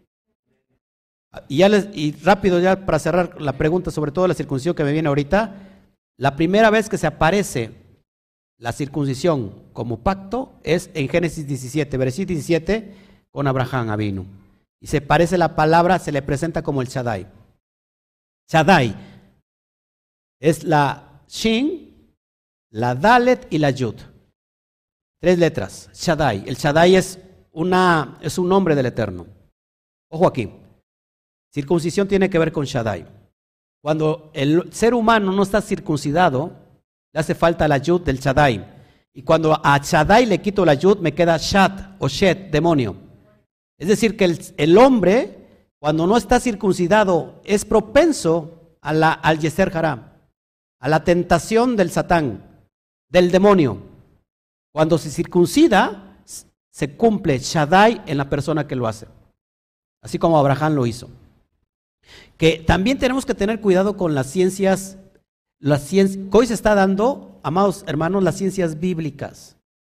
Y rápido ya para cerrar la pregunta, sobre todo la circuncisión que me viene ahorita, la primera vez que se aparece la circuncisión como pacto es en Génesis 17, versículo 17, con Abraham Avinu. Y se parece la palabra, se le presenta como el Shaddai. Shaddai es la Shin, la Dalet y la Yud. 3 letras, Shaddai. El Shaddai es un nombre del Eterno. Ojo aquí, circuncisión tiene que ver con Shaddai. Cuando el ser humano no está circuncidado, le hace falta la Yud del Shaddai. Y cuando a Shaddai le quito la Yud, me queda Shat o Shet, demonio. Es decir, que el hombre, cuando no está circuncidado, es propenso al Yeser Hará, a la tentación del Satán, del demonio. Cuando se circuncida, se cumple Shaddai en la persona que lo hace, así como Abraham lo hizo. Que también tenemos que tener cuidado con las ciencias que hoy se está dando, amados hermanos, las ciencias bíblicas,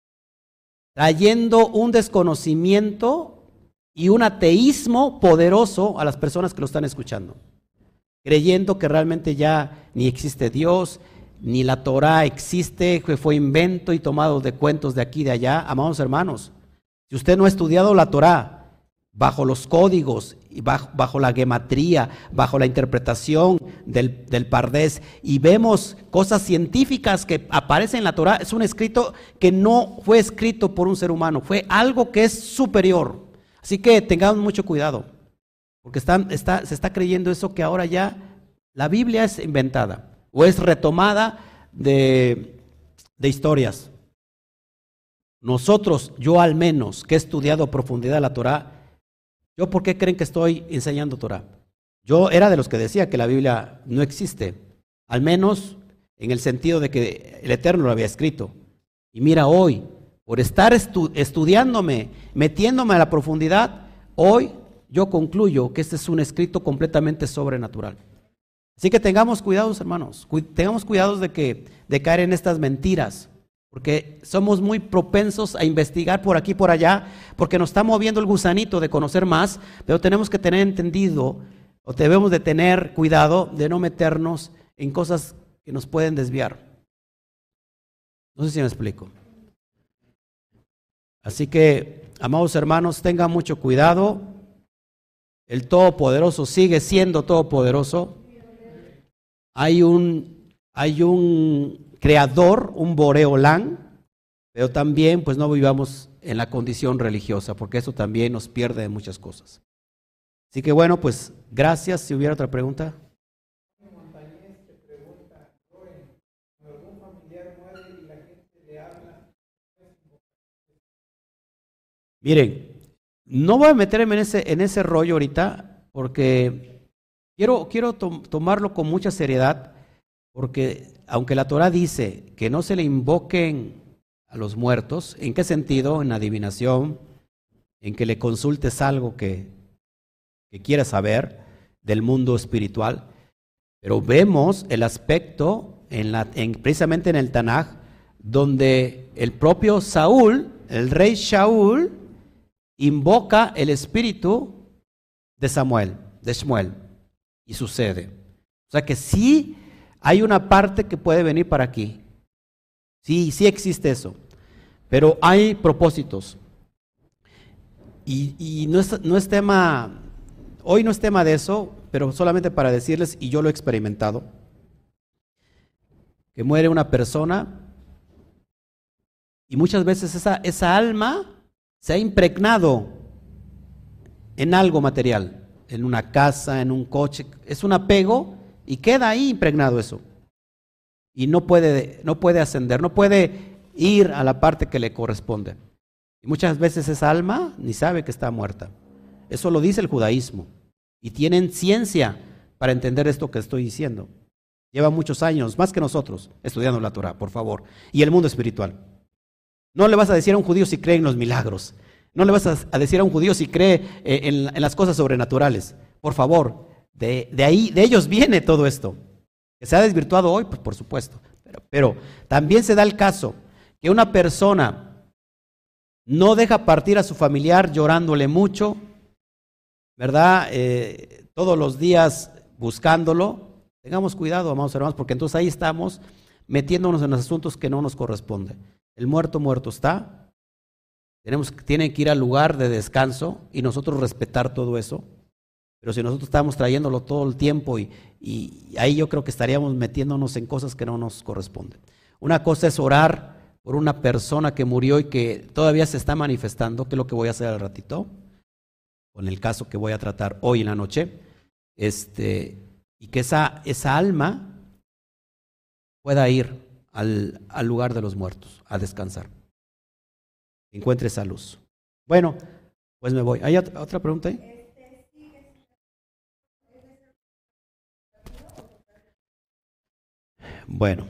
trayendo un desconocimiento y un ateísmo poderoso a las personas que lo están escuchando, creyendo que realmente ya ni existe Dios, ni la Torah existe, que fue invento y tomado de cuentos de aquí y de allá. Amados hermanos, si usted no ha estudiado la Torah bajo los códigos, y bajo la gematría, bajo la interpretación del Pardés, y vemos cosas científicas que aparecen en la Torah, es un escrito que no fue escrito por un ser humano, fue algo que es superior. Así que tengamos mucho cuidado, porque se está creyendo eso que ahora ya la Biblia es inventada o es retomada de historias. Nosotros, yo al menos, que he estudiado a profundidad la Torah, ¿yo por qué creen que estoy enseñando Torah? Yo era de los que decía que la Biblia no existe, al menos en el sentido de que el Eterno lo había escrito. Y mira hoy, por estar estudiándome, metiéndome a la profundidad, hoy yo concluyo que este es un escrito completamente sobrenatural. Así que tengamos cuidados, hermanos, tengamos cuidados de caer en estas mentiras, porque somos muy propensos a investigar por aquí y por allá, porque nos está moviendo el gusanito de conocer más, pero tenemos que tener entendido, o debemos de tener cuidado de no meternos en cosas que nos pueden desviar. No sé si me explico. Así que, amados hermanos, tengan mucho cuidado. El Todopoderoso sigue siendo todopoderoso. Hay un creador, un Boreolán, pero también pues no vivamos en la condición religiosa, porque eso también nos pierde de muchas cosas. Así que bueno, pues gracias. Si hubiera otra pregunta. Miren, no voy a meterme en ese rollo ahorita, porque quiero tomarlo con mucha seriedad, porque aunque la Torah dice que no se le invoquen a los muertos, ¿en qué sentido? En adivinación, en que le consultes algo que quieras saber del mundo espiritual, pero vemos el aspecto precisamente en el Tanaj, donde el propio Saúl, el rey Shaul, invoca el espíritu de Shmuel, y sucede. O sea que sí hay una parte que puede venir para aquí. Sí existe eso. Pero hay propósitos. Y no es tema, hoy no es tema de eso, pero solamente para decirles, y yo lo he experimentado, que muere una persona y muchas veces esa alma se ha impregnado en algo material, en una casa, en un coche, es un apego y queda ahí impregnado eso. Y no puede ascender, no puede ir a la parte que le corresponde. Y muchas veces esa alma ni sabe que está muerta. Eso lo dice el judaísmo. Y tienen ciencia para entender esto que estoy diciendo. Lleva muchos años, más que nosotros, estudiando la Torah, por favor. Y el mundo espiritual. No le vas a decir a un judío si cree en los milagros. No le vas a decir a un judío si cree en las cosas sobrenaturales. Por favor, de ellos viene todo esto. Que se ha desvirtuado hoy, pues por supuesto. Pero también se da el caso que una persona no deja partir a su familiar llorándole mucho, ¿verdad? Todos los días buscándolo. Tengamos cuidado, amados hermanos, porque entonces ahí estamos metiéndonos en los asuntos que no nos corresponden. El muerto está. Tienen que ir al lugar de descanso y nosotros respetar todo eso. Pero si nosotros estamos trayéndolo todo el tiempo y ahí yo creo que estaríamos metiéndonos en cosas que no nos corresponden. Una cosa es orar por una persona que murió y que todavía se está manifestando, que es lo que voy a hacer al ratito, con el caso que voy a tratar hoy en la noche, y que esa alma pueda ir al lugar de los muertos, a descansar. Encuentre esa luz. Bueno, pues me voy. ¿Hay otra pregunta ahí? Bueno,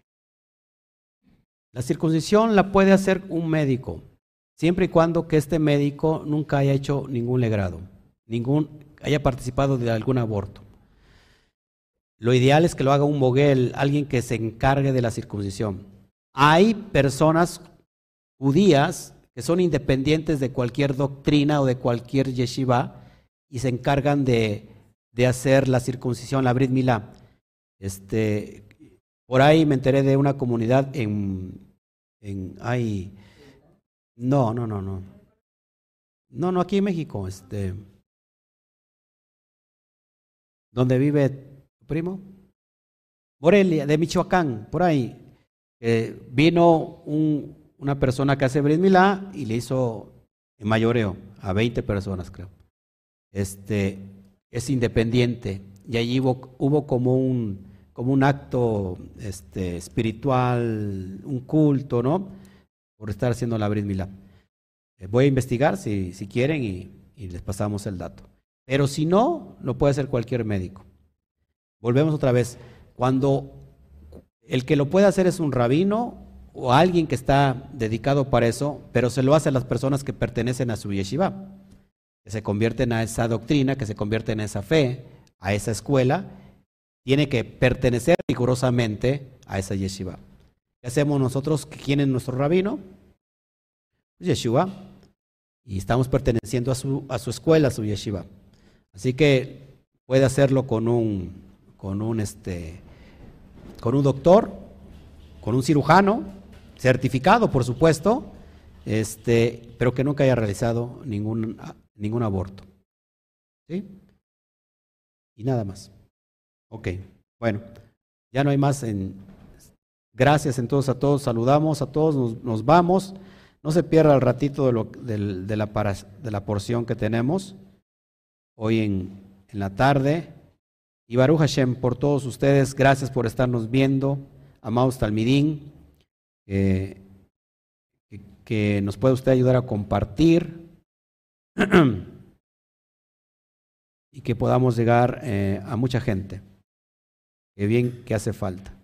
la circuncisión la puede hacer un médico, siempre y cuando que este médico nunca haya hecho ningún legrado, haya participado de algún aborto. Lo ideal es que lo haga un moguel, alguien que se encargue de la circuncisión. Hay personas judías que son independientes de cualquier doctrina o de cualquier yeshiva y se encargan de hacer la circuncisión, la Brit Milá. Por ahí me enteré de una comunidad no, aquí en México, donde vive tu primo, Morelia, de Michoacán, por ahí, vino una persona que hace Brit Milá y le hizo en mayoreo a 20 personas, creo. Es independiente y allí hubo como un acto espiritual, un culto, ¿no? Por estar haciendo la Brit Milá. Voy a investigar si quieren y les pasamos el dato. Pero si no, lo puede hacer cualquier médico. Volvemos otra vez. Cuando el que lo puede hacer es un rabino o alguien que está dedicado para eso, pero se lo hace a las personas que pertenecen a su yeshiva, que se convierten a esa doctrina, que se convierten a esa fe, a esa escuela, tiene que pertenecer rigurosamente a esa yeshiva. ¿Qué hacemos nosotros? ¿Quién es nuestro rabino? Pues Yeshua. Y estamos perteneciendo a su escuela, a su yeshiva. Así que puede hacerlo con con un doctor, con un cirujano, certificado por supuesto, pero que nunca haya realizado ningún aborto. ¿Sí? Y nada más. Ok, bueno, ya no hay más. Gracias entonces a todos, saludamos a todos, nos vamos. No se pierda el ratito de la porción que tenemos hoy en la tarde. Y Baruch Hashem, por todos ustedes, gracias por estarnos viendo, amados Talmidín, que nos puede usted ayudar a compartir y que podamos llegar a mucha gente, que bien que hace falta.